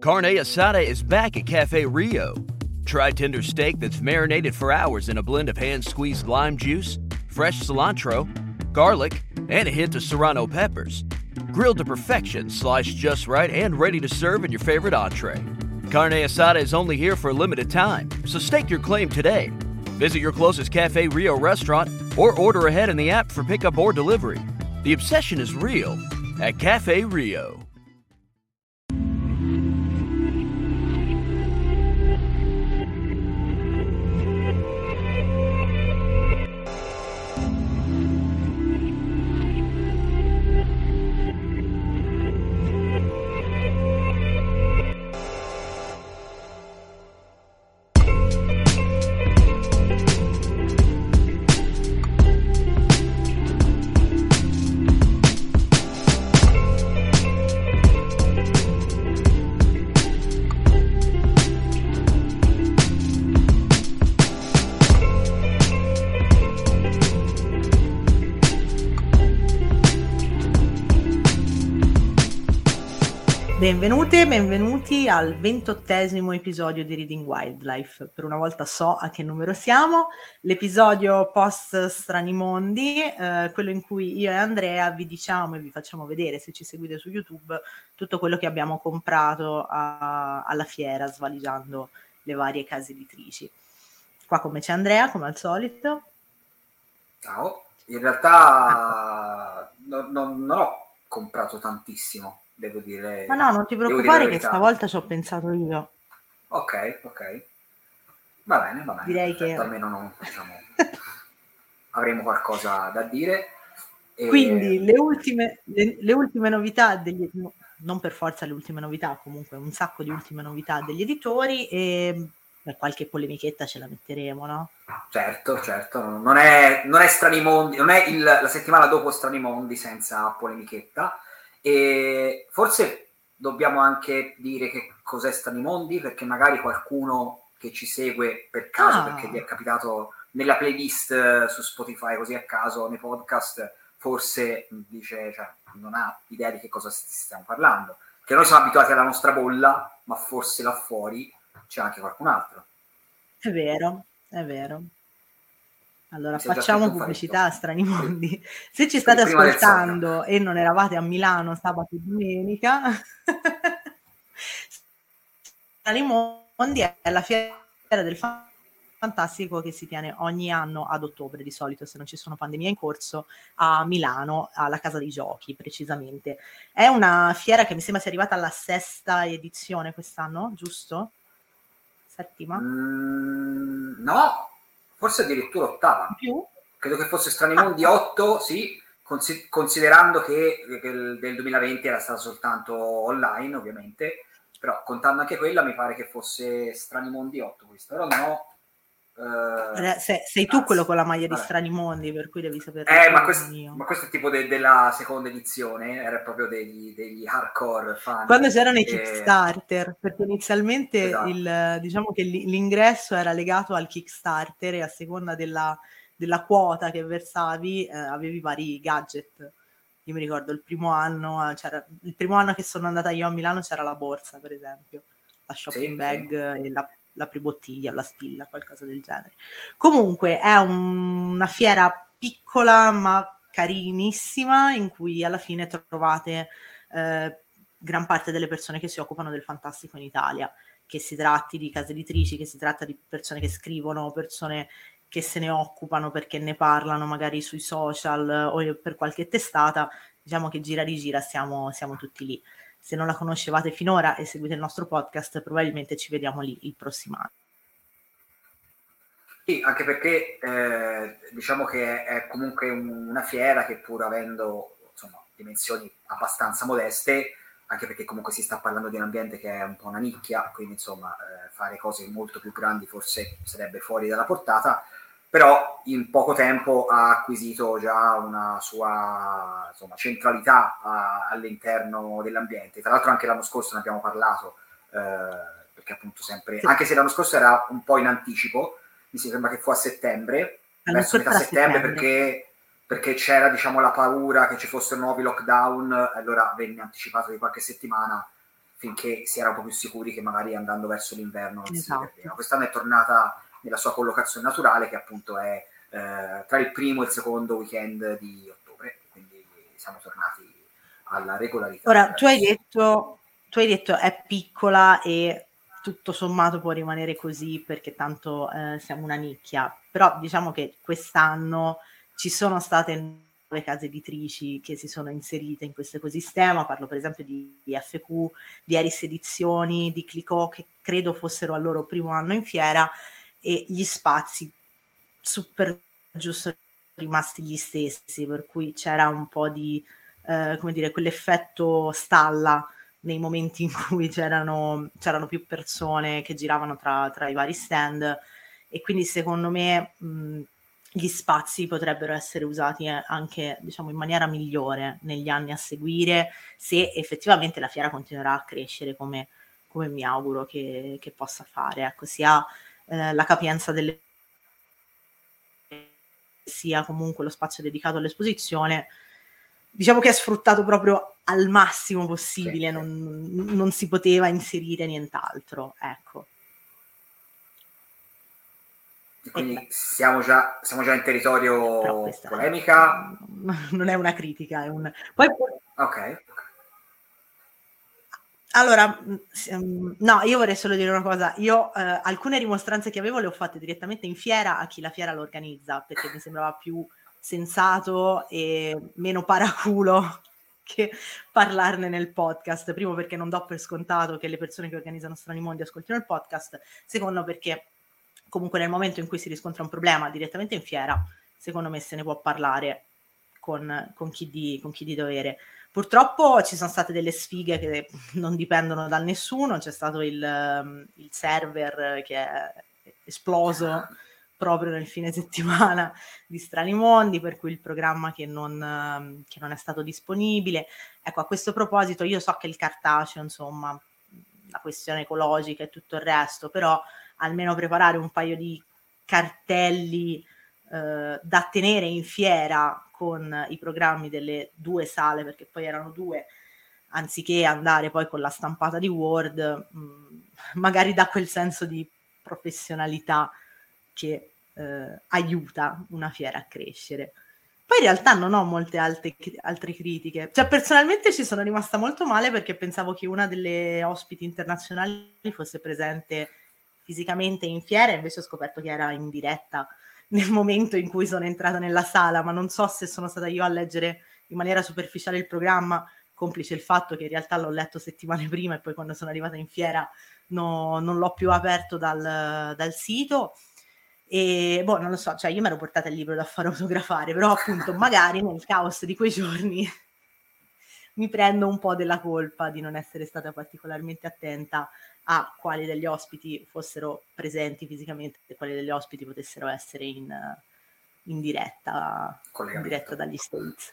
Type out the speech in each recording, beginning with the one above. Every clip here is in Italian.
Carne Asada is back at Cafe Rio. Try tender steak that's marinated for hours in a blend of hand-squeezed lime juice, fresh cilantro, garlic, and a hint of serrano peppers. Grilled to perfection, sliced just right, and ready to serve in your favorite entree. Carne Asada is only here for a limited time, so stake your claim today. Visit your closest Cafe Rio restaurant or order ahead in the app for pickup or delivery. The obsession is real at Cafe Rio. Benvenute e benvenuti al 28° episodio di Reading Wildlife. Per una volta so a che numero siamo, l'episodio post Stranimondi, quello in cui io e Andrea vi diciamo e vi facciamo vedere, se ci seguite su YouTube, tutto quello che abbiamo comprato alla fiera, svaligiando le varie case editrici. Qua come c'è Andrea, come al solito. Ciao, in realtà non ho comprato tantissimo. Devo dire. Ma no, non ti preoccupare che stavolta ci ho pensato io. Ok. Va bene. Direi perfetto. che almeno avremo qualcosa da dire. Quindi le ultime novità non per forza le ultime novità, comunque un sacco di ultime novità degli editori e qualche polemichetta ce la metteremo, no? Certo, non è Stranimondi, non è la settimana dopo Stranimondi senza polemichetta. E forse dobbiamo anche dire che cos'è Stranimondi, perché magari qualcuno che ci segue per caso, perché gli è capitato nella playlist su Spotify così a caso, nei podcast, forse dice, cioè, non ha idea di che cosa stiamo parlando. Che noi siamo abituati alla nostra bolla, ma forse là fuori c'è anche qualcun altro. È vero. Allora facciamo pubblicità a Stranimondi. Se ci state ascoltando e non eravate a Milano sabato e domenica, Stranimondi è la fiera del fantastico che si tiene ogni anno ad ottobre, di solito, se non ci sono pandemie in corso, a Milano, alla Casa dei Giochi precisamente. È una fiera che mi sembra sia arrivata alla 6ª edizione quest'anno, giusto? 7ª? No, forse addirittura 8ª. Più? Credo che fosse Stranimondi 8, sì, considerando che del 2020 era stato soltanto online, ovviamente, però contando anche quella mi pare che fosse Stranimondi 8 questo, però no. Sei tu quello con la maglia di Stranimondi, per cui devi sapere. Ma questo è tipo della seconda edizione, era proprio degli hardcore fan. Quando c'erano i Kickstarter, perché inizialmente esatto. diciamo che l'ingresso era legato al Kickstarter e a seconda della quota che versavi avevi vari gadget. Io mi ricordo il primo anno che sono andata io a Milano c'era la borsa, per esempio, la shopping bag e l'apribottiglia, la spilla, qualcosa del genere. Comunque è una fiera piccola ma carinissima in cui alla fine trovate gran parte delle persone che si occupano del fantastico in Italia, che si tratti di case editrici, che si tratta di persone che scrivono, persone che se ne occupano perché ne parlano magari sui social o per qualche testata. Diciamo che gira rigira siamo tutti lì. Se non la conoscevate finora e seguite il nostro podcast, probabilmente ci vediamo lì il prossimo anno. Sì, anche perché diciamo che è comunque una fiera che, pur avendo insomma dimensioni abbastanza modeste, anche perché comunque si sta parlando di un ambiente che è un po' una nicchia, quindi insomma fare cose molto più grandi forse sarebbe fuori dalla portata, però in poco tempo ha acquisito già una sua centralità all'interno dell'ambiente. Tra l'altro anche l'anno scorso ne abbiamo parlato, perché appunto sempre, anche se l'anno scorso era un po' in anticipo, mi sembra che fu a settembre, verso metà settembre, perché c'era la paura che ci fossero nuovi lockdown, allora venne anticipato di qualche settimana finché si era un po' più sicuri che magari andando verso l'inverno non si Esatto. perdeva. Quest'anno è tornata nella sua collocazione naturale, che appunto è tra il primo e il secondo weekend di ottobre, quindi siamo tornati alla regolarità. Ora, tu hai detto è piccola e tutto sommato può rimanere così perché tanto siamo una nicchia, però diciamo che quest'anno ci sono state nuove case editrici che si sono inserite in questo ecosistema, parlo per esempio di FQ, di Eris Edizioni, di Clicò, che credo fossero al loro primo anno in fiera, e gli spazi super giusto rimasti gli stessi, per cui c'era un po' di come dire, quell'effetto stalla nei momenti in cui c'erano più persone che giravano tra i vari stand, e quindi secondo me gli spazi potrebbero essere usati anche, diciamo, in maniera migliore negli anni a seguire, se effettivamente la fiera continuerà a crescere come mi auguro che possa fare, ecco, sia la capienza delle, sia comunque lo spazio dedicato all'esposizione, diciamo che è sfruttato proprio al massimo possibile, Sì. non si poteva inserire nient'altro, ecco. Quindi siamo già in territorio polemica. Non è una critica, è un... Poi... Ok. Allora, no, io vorrei solo dire una cosa. Io alcune rimostranze che avevo le ho fatte direttamente in fiera a chi la fiera lo organizza, perché mi sembrava più sensato e meno paraculo che parlarne nel podcast. Primo, perché non do per scontato che le persone che organizzano Strani Mondi ascoltino il podcast. Secondo, perché comunque nel momento in cui si riscontra un problema direttamente in fiera, secondo me se ne può parlare con chi di dovere. Purtroppo ci sono state delle sfighe che non dipendono da nessuno, c'è stato il server che è esploso proprio nel fine settimana di Strani Mondi, per cui il programma che non è stato disponibile. Ecco, a questo proposito io so che il cartaceo, insomma, la questione ecologica e tutto il resto, però almeno preparare un paio di cartelli da tenere in fiera con i programmi delle 2 sale, perché poi erano 2, anziché andare poi con la stampata di Word, magari dà quel senso di professionalità che aiuta una fiera a crescere. Poi in realtà non ho molte altre critiche. Cioè, personalmente ci sono rimasta molto male perché pensavo che una delle ospiti internazionali fosse presente fisicamente in fiera, invece ho scoperto che era in diretta nel momento in cui sono entrata nella sala, ma non so se sono stata io a leggere in maniera superficiale il programma, complice il fatto che in realtà l'ho letto settimane prima e poi quando sono arrivata in fiera non l'ho più aperto dal sito. E boh, non lo so, cioè io mi ero portata il libro da far autografare, però appunto magari nel caos di quei giorni mi prendo un po' della colpa di non essere stata particolarmente attenta a quali degli ospiti fossero presenti fisicamente e quali degli ospiti potessero essere in diretta dagli States.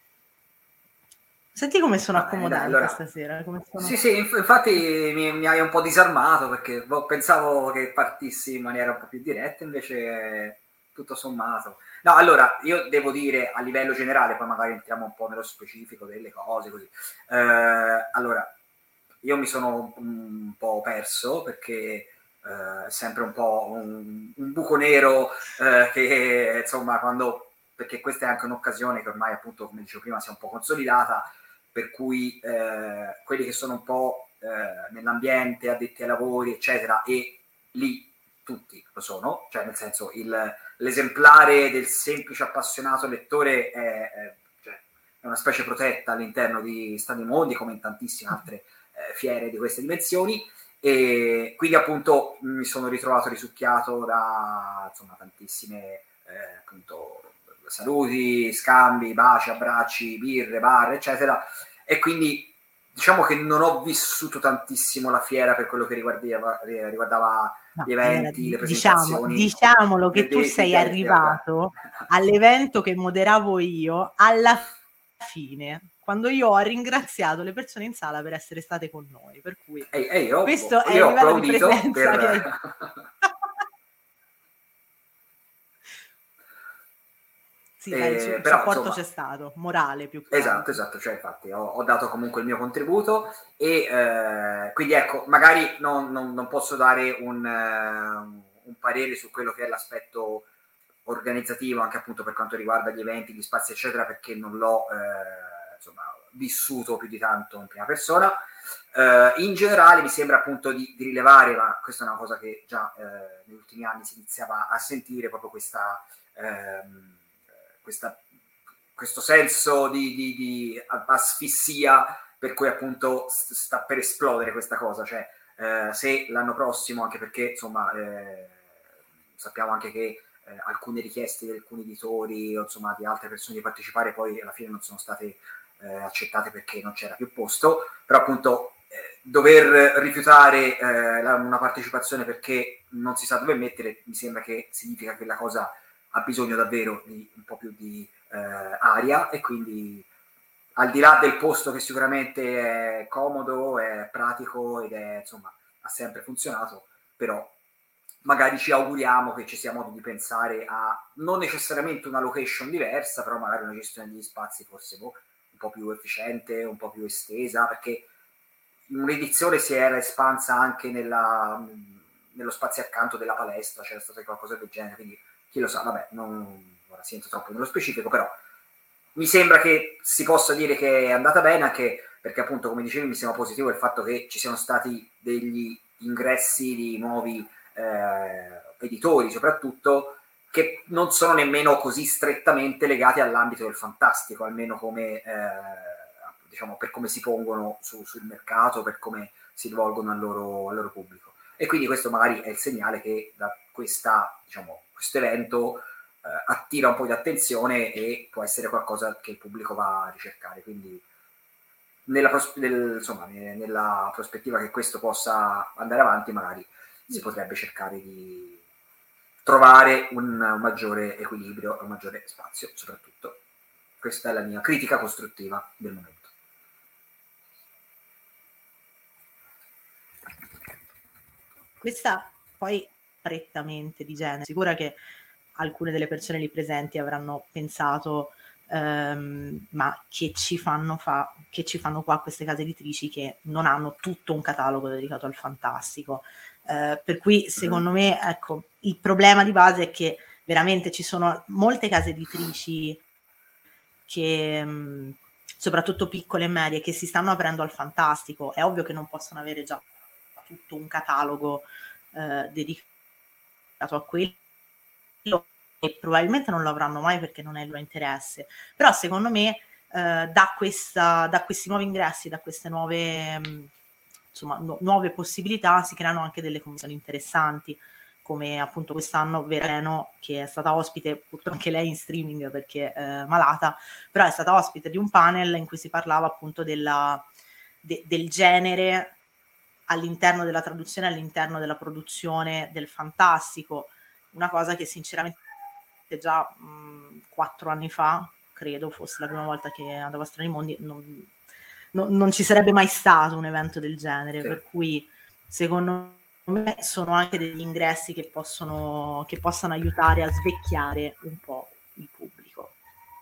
Senti come sono accomodante allora, stasera. Come sono... Sì, infatti mi hai un po' disarmato perché pensavo che partissi in maniera un po' più diretta, invece tutto sommato. No, allora, io devo dire a livello generale, poi magari entriamo un po' nello specifico delle cose, così. Allora, io mi sono un po' perso perché è sempre un po' un buco nero che, insomma, perché questa è anche un'occasione che ormai, appunto, come dicevo prima, si è un po' consolidata, per cui quelli che sono un po' nell'ambiente, addetti ai lavori, eccetera, e lì tutti lo sono, cioè nel senso l'esemplare del semplice appassionato lettore è una specie protetta all'interno di Strani Mondi, come in tantissime altre fiere di queste dimensioni, e quindi appunto mi sono ritrovato risucchiato da insomma tantissime appunto saluti, scambi, baci, abbracci, birre, bar, eccetera, e quindi diciamo che non ho vissuto tantissimo la fiera per quello che riguardava gli eventi, le presentazioni. Diciamolo che tu sei arrivato all'evento che moderavo io alla fine, quando io ho ringraziato le persone in sala per essere state con noi, per cui questo è il livello di presenza che hai. Sì, il però, supporto insomma, c'è stato, morale più che esatto, cioè infatti ho dato comunque il mio contributo e quindi ecco, magari non posso dare un parere su quello che è l'aspetto organizzativo, anche appunto per quanto riguarda gli eventi, gli spazi eccetera, perché non l'ho insomma, vissuto più di tanto in prima persona. In generale mi sembra appunto di rilevare, ma questa è una cosa che già negli ultimi anni si iniziava a sentire, proprio questo senso di asfissia per cui appunto sta per esplodere questa cosa, cioè se l'anno prossimo, anche perché insomma sappiamo anche che alcune richieste di alcuni editori o insomma di altre persone di partecipare poi alla fine non sono state accettate perché non c'era più posto, però appunto dover rifiutare una partecipazione perché non si sa dove mettere, mi sembra che significa che la cosa ha bisogno davvero di un po' più di aria, e quindi al di là del posto che sicuramente è comodo, è pratico ed è insomma ha sempre funzionato, però magari ci auguriamo che ci sia modo di pensare a non necessariamente una location diversa, però magari una gestione degli spazi forse un po' più efficiente, un po' più estesa, perché un'edizione si era espansa anche nello spazio accanto della palestra, c'era stato qualcosa del genere, quindi chi lo sa, vabbè, ora si entra troppo nello specifico, però mi sembra che si possa dire che è andata bene, anche perché appunto, come dicevi, mi sembra positivo il fatto che ci siano stati degli ingressi di nuovi editori, soprattutto, che non sono nemmeno così strettamente legati all'ambito del fantastico, almeno come diciamo per come si pongono sul mercato, per come si rivolgono al loro pubblico. E quindi questo magari è il segnale che da questo evento attira un po' di attenzione e può essere qualcosa che il pubblico va a ricercare. Quindi nella prospettiva che questo possa andare avanti, magari si potrebbe cercare di trovare un maggiore equilibrio, un maggiore spazio, soprattutto. Questa è la mia critica costruttiva del momento. Questa poi prettamente di genere, sicura che alcune delle persone lì presenti avranno pensato ma che ci fanno qua queste case editrici che non hanno tutto un catalogo dedicato al fantastico, per cui secondo me, ecco, il problema di base è che veramente ci sono molte case editrici che soprattutto piccole e medie che si stanno aprendo al fantastico. È ovvio che non possono avere già tutto un catalogo dedicato a quello, e probabilmente non lo avranno mai perché non è il loro interesse, però secondo me da questi nuovi ingressi, da queste nuove nuove possibilità si creano anche delle commissioni interessanti, come appunto quest'anno Vereno, che è stata ospite, purtroppo anche lei in streaming perché è malata, però è stata ospite di un panel in cui si parlava appunto del genere all'interno della traduzione, all'interno della produzione del fantastico, una cosa che sinceramente già 4 anni fa, credo fosse la prima volta che andavo a Strani Mondi, non ci sarebbe mai stato un evento del genere, sì. Per cui secondo me sono anche degli ingressi che possano aiutare a svecchiare un po' il pubblico.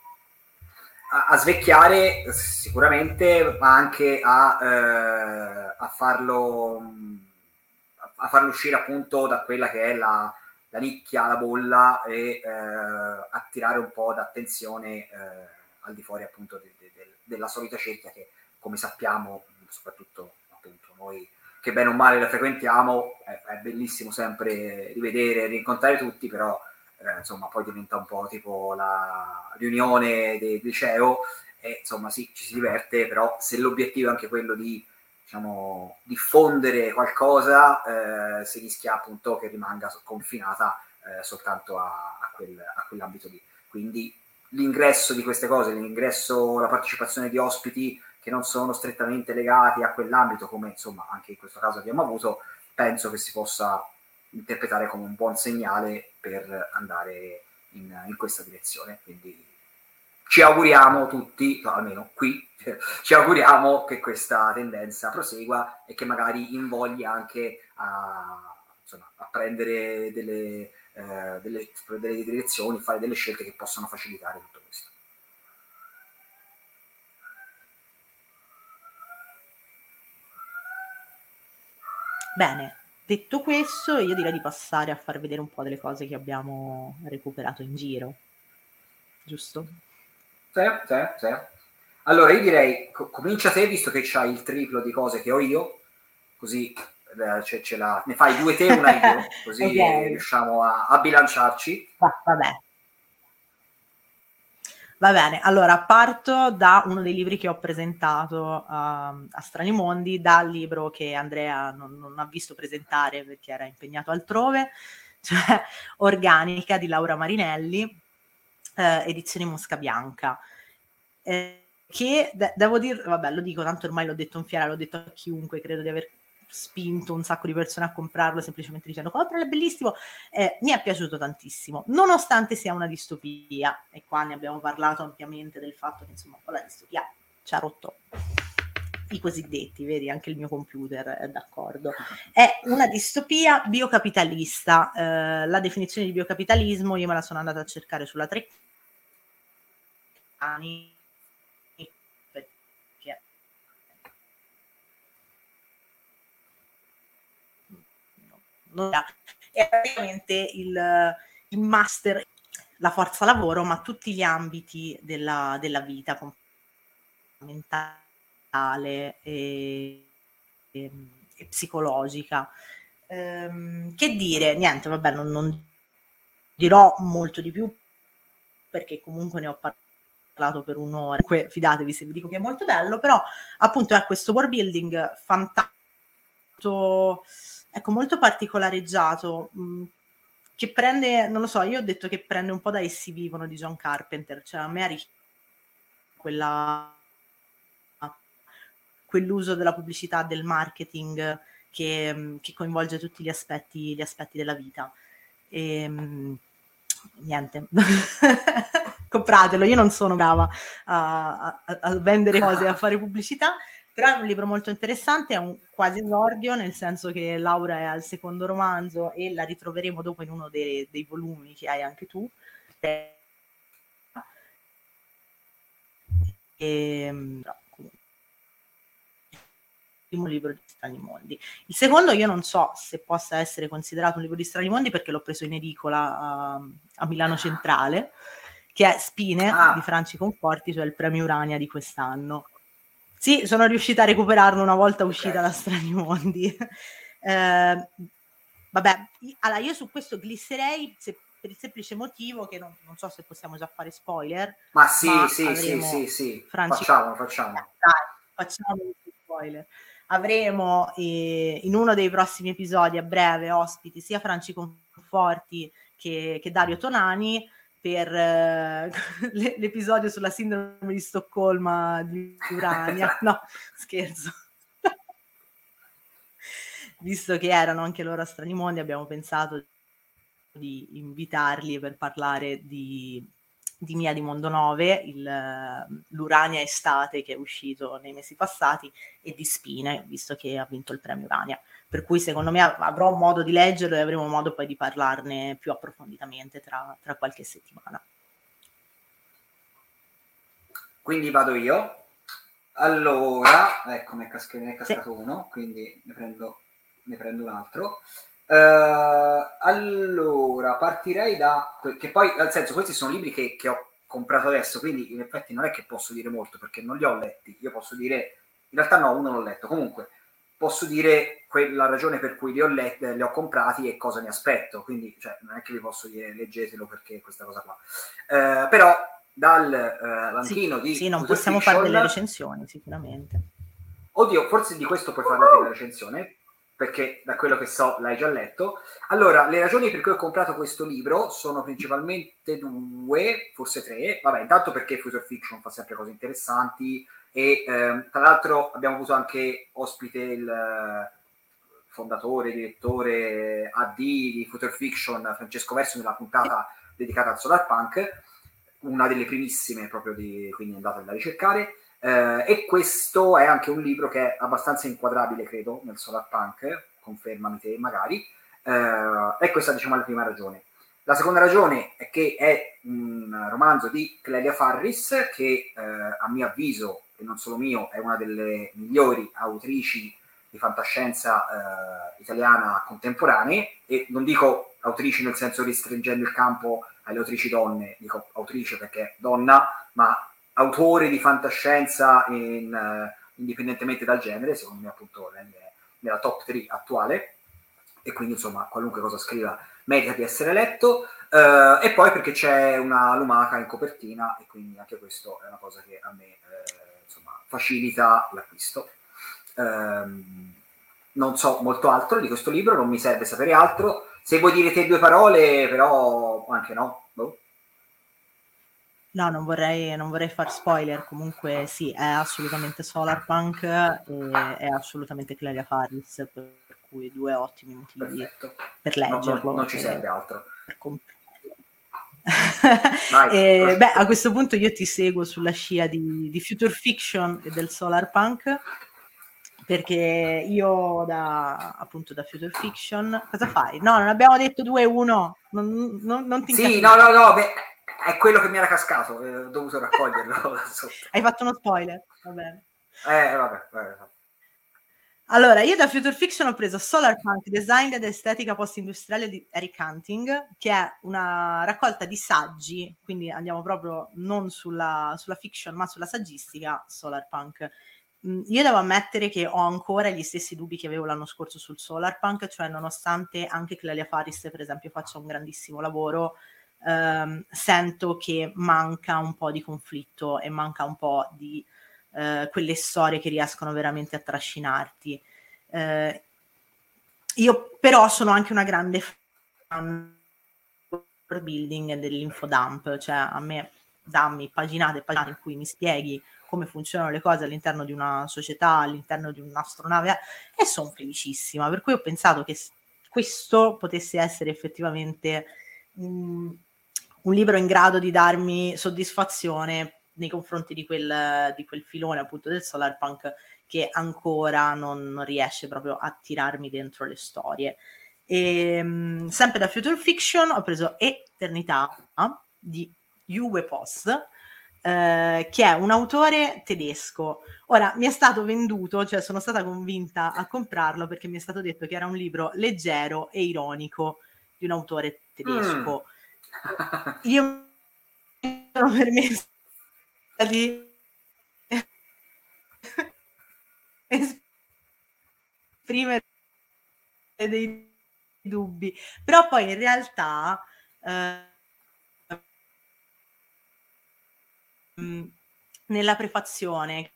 A svecchiare sicuramente, ma anche a farlo uscire appunto da quella che è la nicchia, la bolla, e attirare un po' d'attenzione al di fuori appunto della solita cerchia che, come sappiamo, soprattutto appunto noi che bene o male la frequentiamo, è bellissimo sempre rivedere e rincontrare tutti, però insomma poi diventa un po' tipo la riunione del liceo e insomma sì, ci si diverte, però se l'obiettivo è anche quello di diffondere qualcosa, si rischia appunto che rimanga confinata soltanto a quell'ambito lì. Quindi l'ingresso di queste cose, la partecipazione di ospiti che non sono strettamente legati a quell'ambito, come insomma anche in questo caso abbiamo avuto, penso che si possa interpretare come un buon segnale per andare in questa direzione. Quindi ci auguriamo tutti, almeno qui, ci auguriamo che questa tendenza prosegua e che magari invogli anche a insomma, a prendere delle direzioni, fare delle scelte che possano facilitare tutto questo. Bene, detto questo, io direi di passare a far vedere un po' delle cose che abbiamo recuperato in giro, giusto? Sì. Allora io direi, comincia te, visto che c'hai il triplo di cose che ho io, così ne fai 2 te, una io, così Okay. riusciamo a bilanciarci. Vabbè. Va bene, allora parto da uno dei libri che ho presentato a Strani Mondi, dal libro che Andrea non ha visto presentare perché era impegnato altrove, cioè Organica di Laura Marinelli, edizioni Mosca Bianca. Che devo dire, vabbè, lo dico, tanto ormai l'ho detto in fiera, l'ho detto a chiunque, credo di aver spinto un sacco di persone a comprarlo semplicemente dicendo compralo, è bellissimo. Mi è piaciuto tantissimo, nonostante sia una distopia, e qua ne abbiamo parlato ampiamente del fatto che insomma la distopia ci ha rotto i cosiddetti, vedi, anche il mio computer è d'accordo. È una distopia biocapitalista. La definizione di biocapitalismo io me la sono andata a cercare sulla Treccani, perché non è praticamente il master, la forza lavoro, ma tutti gli ambiti della vita mentale e psicologica. Che dire, niente, vabbè, non dirò molto di più perché comunque ne ho parlato per un'ora. Comunque, fidatevi se vi dico che è molto bello, però appunto è questo world building fantastico, ecco, molto particolareggiato, che prende, non lo so, io ho detto che prende un po' da Essi vivono di John Carpenter, cioè a me quell'uso della pubblicità, del marketing che coinvolge tutti gli aspetti della vita. Niente, compratelo, io non sono brava a vendere cose, a fare pubblicità, però è un libro molto interessante, è un quasi esordio, nel senso che Laura è al secondo romanzo e la ritroveremo dopo in uno dei volumi che hai anche tu. Primo libro di Strani Mondi. Il secondo io non so se possa essere considerato un libro di Strani Mondi perché l'ho preso in edicola a Milano Centrale, che è Spine di Franci Conforti, cioè il premio Urania di quest'anno. Sì, sono riuscita a recuperarlo una volta uscita da Strani Mondi. Vabbè, allora io su questo glisserei per il semplice motivo che non so se possiamo già fare spoiler. Ma sì, facciamo. Facciamo spoiler. Avremo in uno dei prossimi episodi a breve ospiti sia Franci Conforti che Dario Tonani per l'episodio sulla sindrome di Stoccolma di Urania. No, scherzo. Visto che erano anche loro a Strani Mondi, abbiamo pensato di invitarli per parlare di Mia di Mondo 9, l'Urania Estate che è uscito nei mesi passati, e di Spine, visto che ha vinto il premio Urania. Per cui secondo me avrò modo di leggerlo e avremo modo poi di parlarne più approfonditamente tra qualche settimana. Quindi vado io. Allora, ecco, mi è cascato uno, quindi ne prendo un altro. Allora, partirei che poi, nel senso, questi sono libri che ho comprato adesso, quindi in effetti non è che posso dire molto perché non li ho letti. Io posso dire, in realtà no, uno l'ho letto. Comunque, posso dire la ragione per cui li ho comprati e cosa ne aspetto. Quindi, cioè, non è che vi posso dire leggetelo perché questa cosa qua. Però dal banchino di sì, non Future possiamo Fiction, fare delle recensioni sicuramente. Oddio, forse di questo puoi fare una recensione, perché da quello che so l'hai già letto. Allora, le ragioni per cui ho comprato questo libro sono principalmente 2, forse 3. Vabbè, intanto perché Future Fiction fa sempre cose interessanti e tra l'altro abbiamo avuto anche ospite il fondatore, direttore AD di Future Fiction, Francesco Verso, nella puntata dedicata al Solar Punk, una delle primissime proprio, quindi andatela a ricercare. E questo è anche un libro che è abbastanza inquadrabile, credo, nel Solar Punk, confermami te magari, E questa diciamo è la prima ragione. La seconda ragione è che è un romanzo di Clelia Farris che a mio avviso, e non solo mio, è una delle migliori autrici di fantascienza italiana contemporanee, e non dico autrici nel senso restringendo il campo alle autrici donne, dico autrice perché donna, ma autore di fantascienza indipendentemente dal genere, secondo me appunto nella top 3 attuale, e quindi insomma qualunque cosa scriva merita di essere letto, e poi perché c'è una lumaca in copertina e quindi anche questo è una cosa che a me insomma facilita l'acquisto. Non so molto altro di questo libro, non mi serve sapere altro. Se vuoi dire te 2 parole, però anche no. Boh. No, non vorrei far spoiler, comunque sì, è assolutamente Solarpunk e è assolutamente Clelia Farris, per cui 2 ottimi motivi Perfetto. per leggerlo. Non ci serve altro. Per beh, a questo punto io ti seguo sulla scia di Future Fiction e del Solarpunk, perché io appunto da Future Fiction... Cosa fai? No, non abbiamo detto 2-1, non ti Sì, no, beh, è quello che mi era cascato, ho dovuto raccoglierlo da sotto. Hai fatto uno spoiler, va bene. Vabbè. Allora, io da Future Fiction ho preso Solarpunk, Design ed Estetica Post-Industriale di Eric Hunting, che è una raccolta di saggi, quindi andiamo proprio non sulla fiction, ma sulla saggistica, Solarpunk. Io devo ammettere che ho ancora gli stessi dubbi che avevo l'anno scorso sul Solarpunk, cioè nonostante anche Clelia Farris, per esempio, faccia un grandissimo lavoro, sento che manca un po' di conflitto e manca un po' di quelle storie che riescono veramente a trascinarti. Io però sono anche una grande fan del building e dell'infodump, cioè a me dammi paginate e paginate in cui mi spieghi come funzionano le cose all'interno di una società, all'interno di un'astronave, e sono felicissima, per cui ho pensato che questo potesse essere effettivamente un libro in grado di darmi soddisfazione nei confronti di quel filone appunto del Solarpunk che ancora non riesce proprio a tirarmi dentro le storie. E, sempre da Future Fiction ho preso Eternità di Uwe Post, che è un autore tedesco. Ora, mi è stato venduto, cioè sono stata convinta a comprarlo perché mi è stato detto che era un libro leggero e ironico di un autore tedesco. Io mi sono permessa di esprimere dei dubbi, però poi in realtà nella prefazione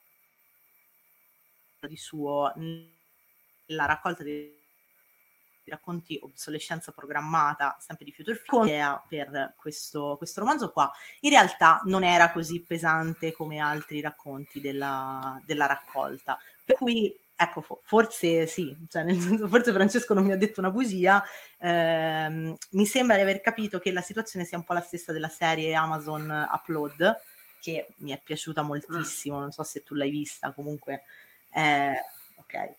di suo, la raccolta dei racconti Obsolescenza Programmata, sempre di Future Fiction, per questo romanzo qua, in realtà non era così pesante come altri racconti della raccolta, per cui ecco, forse sì, cioè nel senso, forse Francesco non mi ha detto una bugia, mi sembra di aver capito che la situazione sia un po' la stessa della serie Amazon Upload, che mi è piaciuta moltissimo, non so se tu l'hai vista, comunque ok.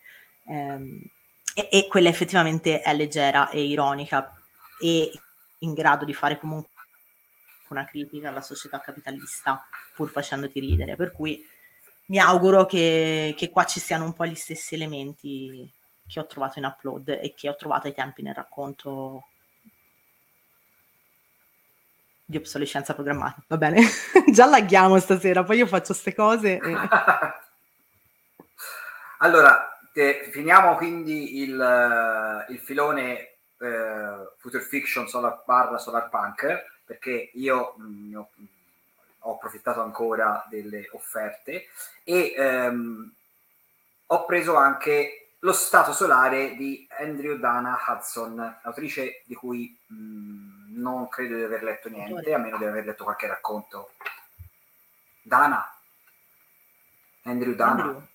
E quella effettivamente è leggera e ironica e in grado di fare comunque una critica alla società capitalista pur facendoti ridere, per cui mi auguro che qua ci siano un po' gli stessi elementi che ho trovato in Upload e che ho trovato ai tempi nel racconto di Obsolescenza Programmata. Va bene? Già laghiamo stasera, poi io faccio ste cose e... Allora, finiamo quindi il filone Future Fiction Solarpunk, perché io ho approfittato ancora delle offerte e ho preso anche Lo Stato Solare di Andrew Dana Hudson, autrice di cui non credo di aver letto niente, a meno di aver letto qualche racconto. Andrew Dana.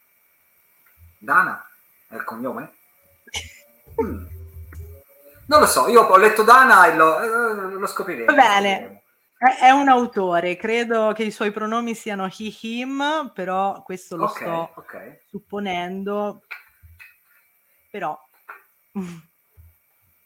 Dana è il cognome? Non lo so, io ho letto Dana e lo scopriremo. Va bene, è un autore, credo che i suoi pronomi siano he, him, però questo lo sto supponendo, però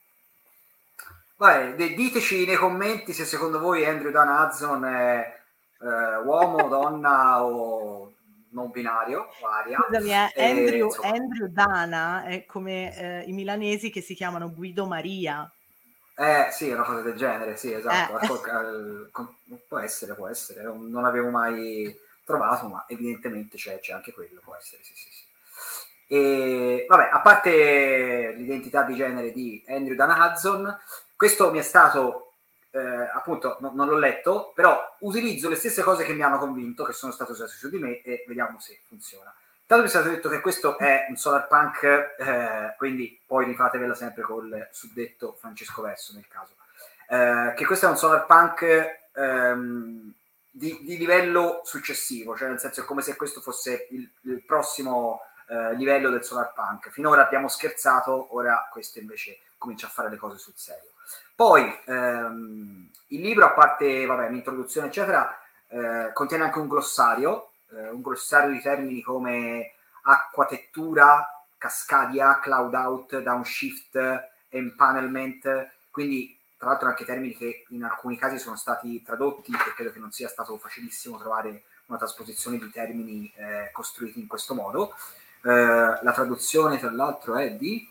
Vai, diteci nei commenti se secondo voi Andrew Dan Hudson è uomo, donna o non binario, varia. Scusami, Andrew Insomma. Dana è come i milanesi che si chiamano Guido Maria. Sì, una cosa del genere, sì, esatto. Può essere, non l'avevo mai trovato, ma evidentemente c'è anche quello, può essere, sì. E vabbè, a parte l'identità di genere di Andrew Dan Hudson, questo mi è stato, appunto, non l'ho letto, però utilizzo le stesse cose che mi hanno convinto, che sono state usate su di me, e vediamo se funziona. Tanto mi è stato detto che questo è un solar punk, quindi poi rifatevela sempre col suddetto Francesco Verso nel caso, che questo è un solar punk di livello successivo, cioè nel senso è come se questo fosse il prossimo livello del solar punk. Finora abbiamo scherzato, ora questo invece comincia a fare le cose sul serio. Poi il libro, a parte l'introduzione eccetera, contiene anche un glossario di termini come acquatettura, cascadia, cloud out, downshift, empanelment, quindi tra l'altro anche termini che in alcuni casi sono stati tradotti e credo che non sia stato facilissimo trovare una trasposizione di termini costruiti in questo modo. La traduzione tra l'altro è di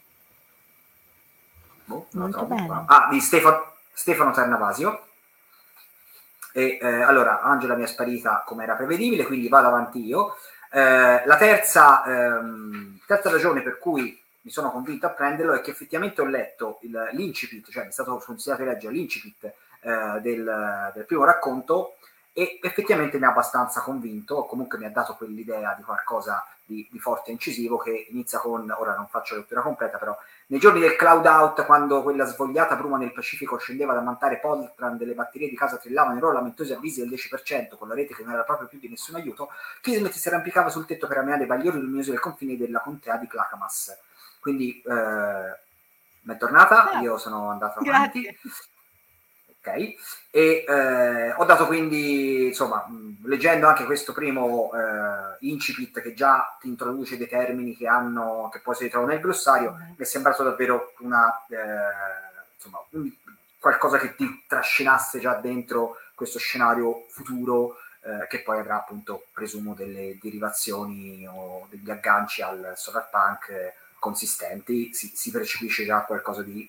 di Stefano Ternavasio. E allora Angela mi è sparita come era prevedibile, quindi vado avanti io. La terza ragione per cui mi sono convinto a prenderlo è che effettivamente ho letto l'incipit, cioè mi è stato consigliato di leggere l'incipit del primo racconto, e effettivamente mi ha abbastanza convinto, o comunque mi ha dato quell'idea di qualcosa di forte e incisivo, che inizia con, ora non faccio la lettura completa, però nei giorni del cloud out, quando quella svogliata bruma nel Pacifico scendeva ad ammantare Poltran, delle batterie di casa trillavano i loro lamentosi avvisi del 10%, con la rete che non era proprio più di nessun aiuto, Kismet si arrampicava sul tetto per ammirare i bagliori luminosi del confine della contea di Clackamas. Quindi, bentornata, io sono andato avanti. Grazie. Ok, e ho dato quindi, insomma, leggendo anche questo primo incipit che già ti introduce dei termini che poi si ritrovano nel glossario, mi è sembrato davvero qualcosa che ti trascinasse già dentro questo scenario futuro, che poi avrà appunto, presumo, delle derivazioni o degli agganci al solar punk consistenti. Si percepisce già qualcosa di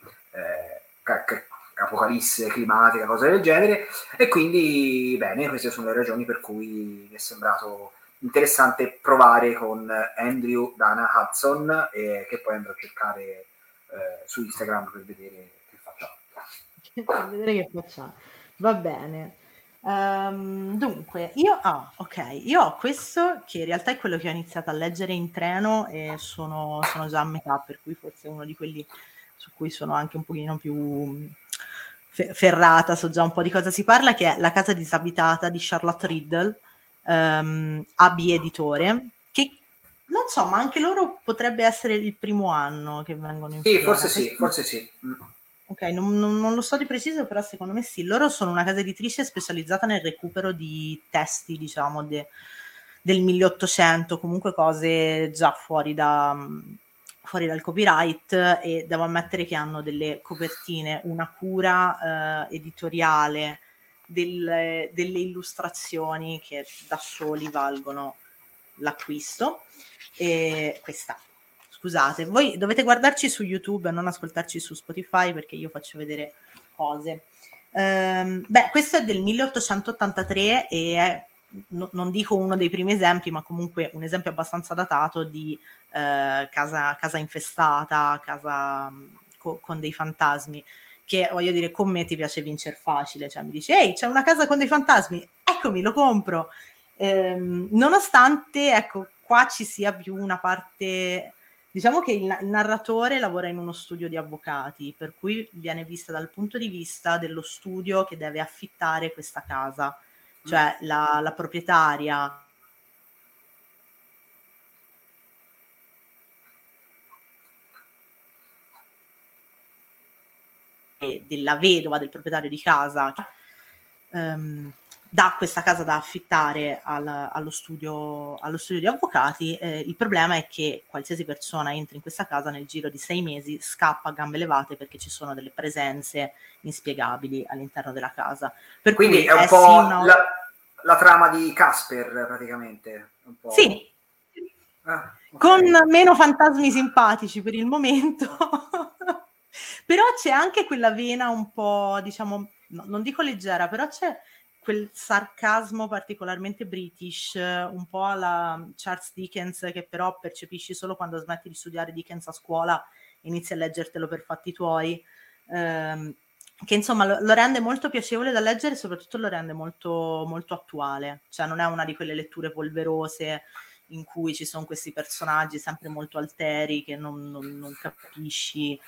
apocalisse climatica, cose del genere, e quindi bene, queste sono le ragioni per cui mi è sembrato interessante provare con Andrew Dana Hudson, che poi andrò a cercare su Instagram per vedere che facciamo. Per vedere che facciamo. Va bene. Dunque, io ho questo che in realtà è quello che ho iniziato a leggere in treno e sono già a metà, per cui forse è uno di quelli su cui sono anche un pochino più ferrata, so già un po' di cosa si parla, che è La casa disabitata di Charlotte Riddle, AB Editore, che non so, ma anche loro potrebbe essere il primo anno che vengono in fiera. Forse sì. Ok, non lo so di preciso, però secondo me sì. Loro sono una casa editrice specializzata nel recupero di testi, diciamo, del 1800, comunque cose già fuori dal copyright, e devo ammettere che hanno delle copertine, una cura editoriale, delle illustrazioni che da soli valgono l'acquisto. E questa, scusate, voi dovete guardarci su YouTube e non ascoltarci su Spotify, perché io faccio vedere cose. Questo è del 1883 e è, non dico uno dei primi esempi, ma comunque un esempio abbastanza datato di casa infestata, casa con dei fantasmi, che voglio dire, con me ti piace vincere facile, cioè mi dici ehi, c'è una casa con dei fantasmi, eccomi, lo compro. Nonostante, ecco, qua ci sia più una parte, diciamo che il narratore lavora in uno studio di avvocati, per cui viene vista dal punto di vista dello studio che deve affittare questa casa, cioè la proprietaria della vedova del proprietario di casa, dà questa casa da affittare allo studio di avvocati. Il problema è che qualsiasi persona entra in questa casa nel giro di 6 mesi scappa a gambe levate perché ci sono delle presenze inspiegabili all'interno della casa. Per Quindi cui è un sì po' la trama di Casper, praticamente. Un po'. Sì, okay. Con meno fantasmi simpatici per il momento. Però c'è anche quella vena un po', diciamo, non dico leggera, però c'è quel sarcasmo particolarmente british, un po' alla Charles Dickens, che però percepisci solo quando smetti di studiare Dickens a scuola e inizi a leggertelo per fatti tuoi, che insomma lo rende molto piacevole da leggere e soprattutto lo rende molto, molto attuale. Cioè non è una di quelle letture polverose in cui ci sono questi personaggi sempre molto alteri che non capisci,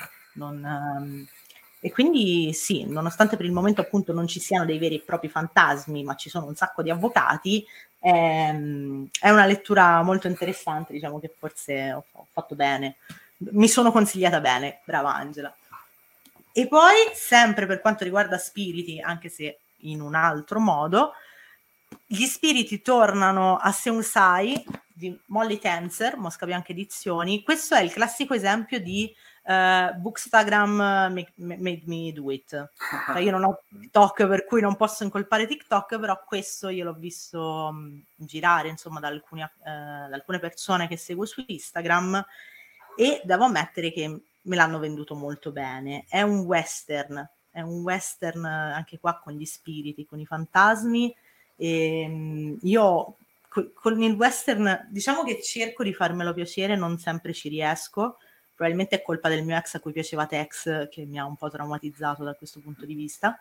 e quindi sì, nonostante per il momento appunto non ci siano dei veri e propri fantasmi, ma ci sono un sacco di avvocati, è una lettura molto interessante, diciamo che forse ho fatto bene, mi sono consigliata bene, brava Angela. E poi, sempre per quanto riguarda Spiriti, anche se in un altro modo, gli Spiriti tornano a Seonsai di Molly Tenser, Mosca Bianca Edizioni. Questo è il classico esempio di Bookstagram made me do it. Cioè io non ho TikTok, per cui non posso incolpare TikTok, però questo io l'ho visto girare insomma da alcune persone che seguo su Instagram e devo ammettere che me l'hanno venduto molto bene. È un western anche qua con gli spiriti, con i fantasmi. E io con il western diciamo che cerco di farmelo piacere, non sempre ci riesco. Probabilmente è colpa del mio ex a cui piaceva Tex, che mi ha un po' traumatizzato da questo punto di vista.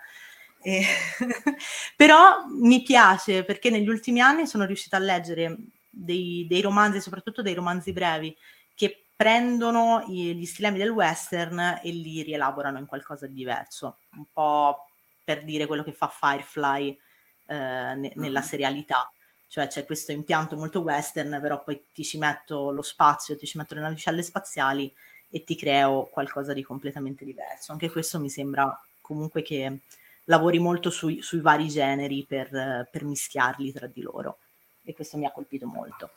Però mi piace perché negli ultimi anni sono riuscita a leggere dei romanzi, soprattutto dei romanzi brevi, che prendono gli stilemi del western e li rielaborano in qualcosa di diverso, un po' per dire quello che fa Firefly nella serialità. Cioè c'è questo impianto molto western, però poi ti ci metto lo spazio, ti ci metto le navicelle spaziali e ti creo qualcosa di completamente diverso. Anche questo mi sembra comunque che lavori molto sui vari generi per mischiarli tra di loro, e questo mi ha colpito molto.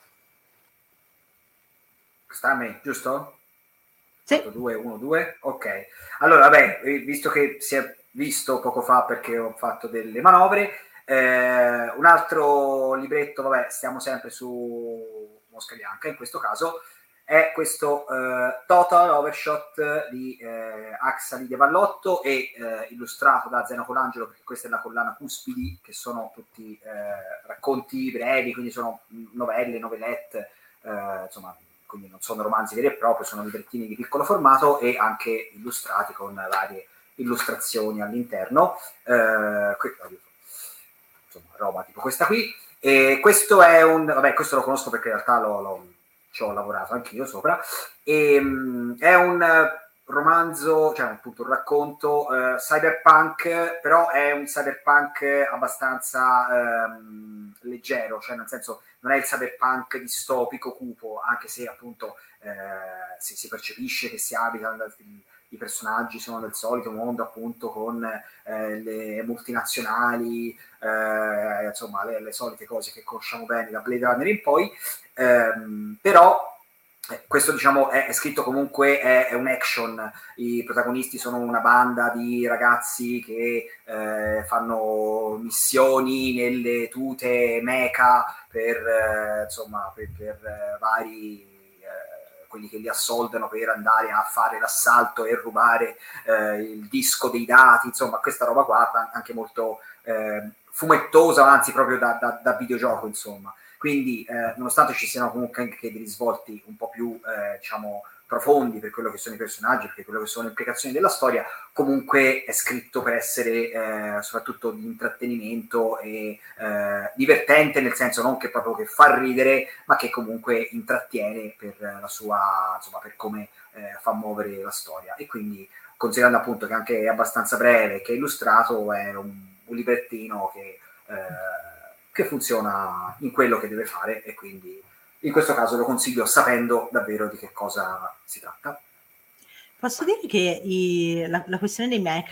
Sta a me, giusto? Sì. 2, 1, 2, ok. Allora, vabbè, visto che si è visto poco fa perché ho fatto delle manovre, un altro libretto, vabbè, stiamo sempre su Mosca Bianca, in questo caso è questo Total Overshot di Axali De Vallotto e illustrato da Zeno Colangelo, perché questa è la collana Cuspidi, che sono tutti racconti brevi, quindi sono novelle, novelette, insomma, quindi non sono romanzi veri e propri, sono librettini di piccolo formato e anche illustrati con varie illustrazioni all'interno, insomma, roba tipo questa qui. E questo è vabbè, questo lo conosco perché in realtà ci ho lavorato anch'io sopra, e è un romanzo, cioè appunto un racconto cyberpunk, però è un cyberpunk abbastanza leggero, cioè nel senso non è il cyberpunk distopico cupo, anche se appunto si percepisce che si abitano, i personaggi sono del solito mondo appunto con le multinazionali, insomma le solite cose che conosciamo bene da Blade Runner in poi, però questo diciamo è scritto comunque, è un action, i protagonisti sono una banda di ragazzi che fanno missioni nelle tute mecha per insomma per vari quelli che li assoldano per andare a fare l'assalto e rubare il disco dei dati, insomma questa roba qua anche molto fumettosa, anzi proprio da videogioco, insomma. Quindi nonostante ci siano comunque anche dei risvolti un po' più diciamo profondi per quello che sono i personaggi, per quello che sono le implicazioni della storia, comunque è scritto per essere soprattutto di intrattenimento e divertente, nel senso non che proprio che fa ridere, ma che comunque intrattiene per la sua, insomma, per come fa muovere la storia. E quindi, considerando appunto che anche è abbastanza breve, che è illustrato, è un librettino che funziona in quello che deve fare, e quindi in questo caso lo consiglio sapendo davvero di che cosa si tratta. Posso dire che la questione dei mecha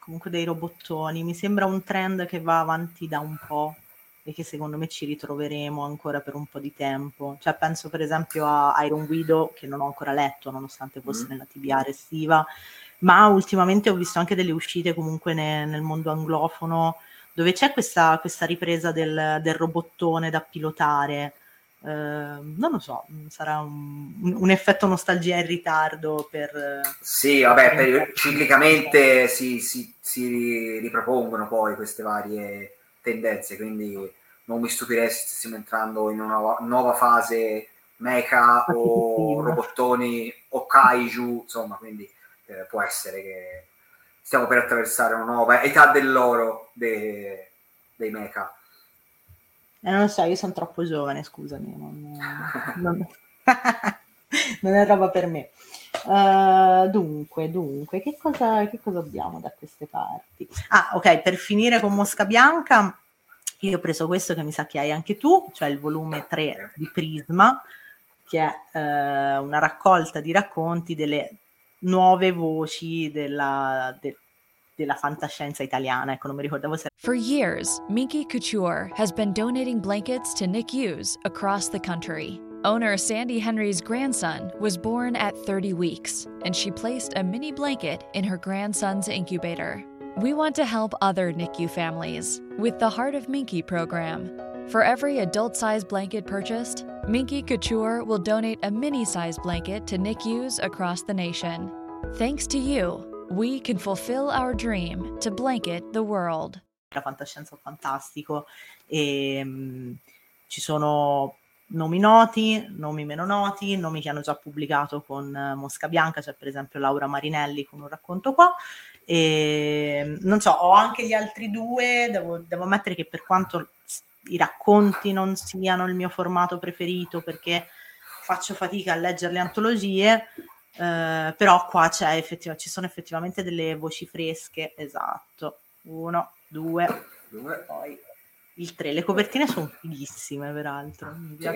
comunque dei robottoni. Mi sembra un trend che va avanti da un po' e che secondo me ci ritroveremo ancora per un po' di tempo. Cioè penso per esempio a Iron Widow, che non ho ancora letto nonostante fosse nella TBR estiva, ma ultimamente ho visto anche delle uscite comunque nel mondo anglofono dove c'è questa ripresa del robottone da pilotare. Non lo so, sarà un effetto nostalgia in ritardo Sì, vabbè, ciclicamente si ripropongono poi queste varie tendenze, quindi non mi stupirei se stessimo entrando in una nuova fase mecha o robottoni o kaiju, insomma, quindi può essere che stiamo per attraversare una nuova età dell'oro dei mecha. Non lo so, io sono troppo giovane, scusami, non è roba per me. Dunque, che cosa abbiamo da queste parti? Ah, ok, per finire con Mosca Bianca, io ho preso questo che mi sa che hai anche tu, cioè il volume 3 di Prisma, che è una raccolta di racconti delle nuove voci della fantascienza italiana. Ecco, non mi ricordavo se... For years, Minky Couture has been donating blankets to NICUs across the country. Owner Sandy Henry's grandson was born at 30 weeks, and she placed a mini blanket in her grandson's incubator. We want to help other NICU families with the Heart of Minky program. For every adult-sized blanket purchased, Minky Couture will donate a mini-sized blanket to NICUs across the nation. Thanks to you, we can fulfill our dream to blanket the world. La fantascienza fantastico e ci sono nomi noti, nomi meno noti, nomi che hanno già pubblicato con Mosca Bianca, c'è per esempio Laura Marinelli con un racconto qua, e non so, ho anche gli altri due, devo ammettere che per quanto i racconti non siano il mio formato preferito perché faccio fatica a leggere le antologie, però qua ci sono effettivamente delle voci fresche, esatto, 1, 2, poi il 3. Le copertine sono fighissime, peraltro,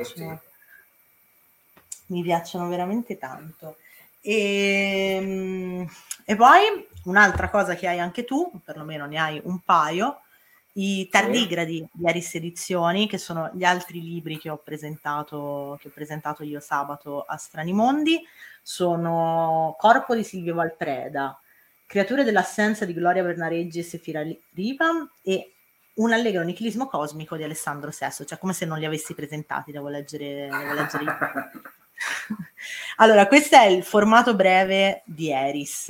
mi piacciono veramente tanto. E poi un'altra cosa che hai anche tu, perlomeno ne hai un paio, i tardigradi di Aris Edizioni, che sono gli altri libri che ho presentato io sabato a Strani Mondi. Sono Corpo di Silvio Valpreda, Creature dell'assenza di Gloria Bernareggi e Sefira Riva e Un allegro nichilismo cosmico di Alessandro Sesso, cioè come se non li avessi presentati, devo leggere Allora, questo è il formato breve di Eris,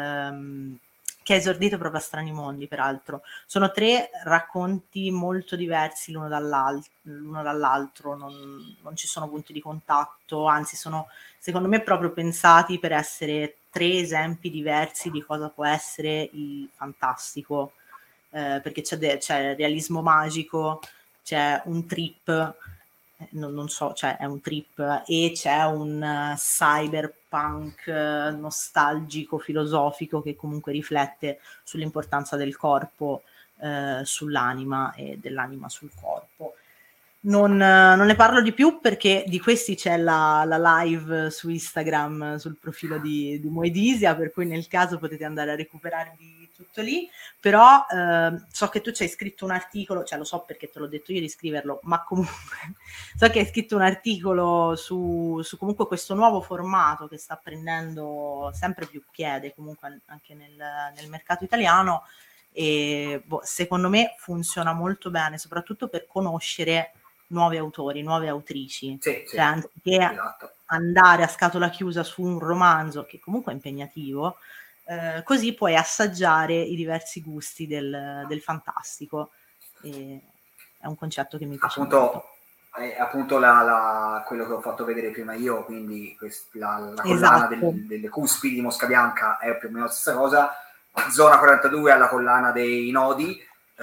che è esordito proprio a Strani Mondi, peraltro. Sono 3 racconti molto diversi l'uno dall'altro, non ci sono punti di contatto, anzi sono, secondo me, proprio pensati per essere 3 esempi diversi di cosa può essere il fantastico, perché c'è realismo magico, c'è un trip, non so, cioè è un trip, e c'è un cyberpunk nostalgico, filosofico, che comunque riflette sull'importanza del corpo, sull'anima e dell'anima sul corpo. Non ne parlo di più perché di questi c'è la live su Instagram sul profilo di Moedisia, per cui nel caso potete andare a recuperarvi tutto lì, però so che tu ci hai scritto un articolo, cioè lo so perché te l'ho detto io di scriverlo, ma comunque so che hai scritto un articolo su comunque questo nuovo formato che sta prendendo sempre più piede comunque anche nel mercato italiano, e secondo me funziona molto bene, soprattutto per conoscere nuovi autori, nuove autrici, cioè anziché andare a scatola chiusa su un romanzo che comunque è impegnativo, così puoi assaggiare i diversi gusti del fantastico, e è un concetto che mi piace molto. Appunto quello che ho fatto vedere prima io, quindi la collana delle cuspidi di Mosca Bianca è più o meno la stessa cosa, Zona 42 alla collana dei nodi,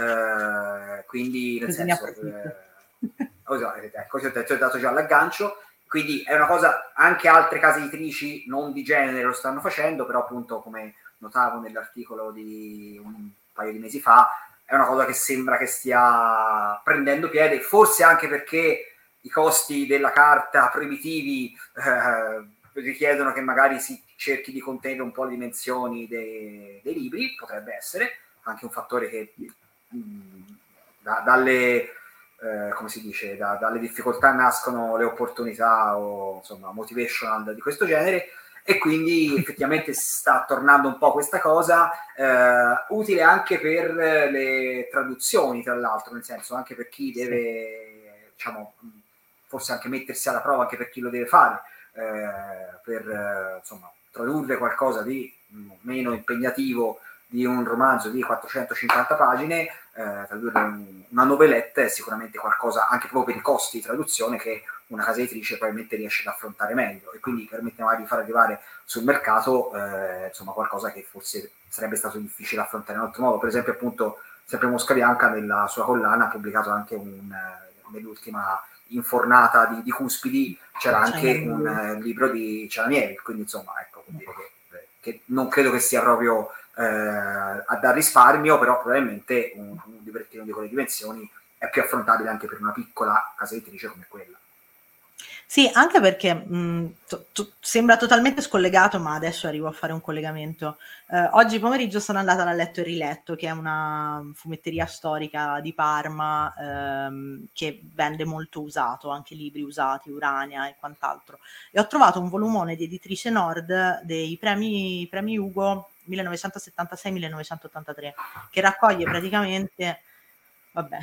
quindi nel senso ecco, ti ho dato già l'aggancio, quindi è una cosa, anche altre case editrici non di genere lo stanno facendo, però appunto come notavo nell'articolo di un paio di mesi fa, è una cosa che sembra che stia prendendo piede, forse anche perché i costi della carta proibitivi richiedono che magari ci cerchi di contenere un po' le dimensioni dei libri, potrebbe essere anche un fattore che dalle come si dice, dalle difficoltà nascono le opportunità o insomma motivational di questo genere, e quindi effettivamente sta tornando un po' questa cosa, utile anche per le traduzioni, tra l'altro, nel senso anche per chi deve, diciamo, forse anche mettersi alla prova, anche per chi lo deve fare, per insomma tradurre qualcosa di meno impegnativo di un romanzo di 450 pagine, tradurre una noveletta è sicuramente qualcosa, anche proprio per i costi di traduzione, che una casa editrice probabilmente riesce ad affrontare meglio, e quindi permette magari di far arrivare sul mercato insomma qualcosa che forse sarebbe stato difficile affrontare in altro modo. Per esempio, appunto, sempre Mosca Bianca nella sua collana ha pubblicato anche nell'ultima infornata di Cuspidi c'era anche un libro di Cianamieri, quindi insomma ecco, vuol dire che non credo che sia proprio a dar risparmio, però probabilmente un librettino di quelle dimensioni è più affrontabile anche per una piccola casa editrice come quella. Sì, anche perché sembra totalmente scollegato, ma adesso arrivo a fare un collegamento. Oggi pomeriggio sono andata a Letto e Riletto, che è una fumetteria storica di Parma che vende molto usato, anche libri usati, Urania e quant'altro. E ho trovato un volumone di Editrice Nord dei premi Ugo 1976-1983, che raccoglie praticamente... Vabbè,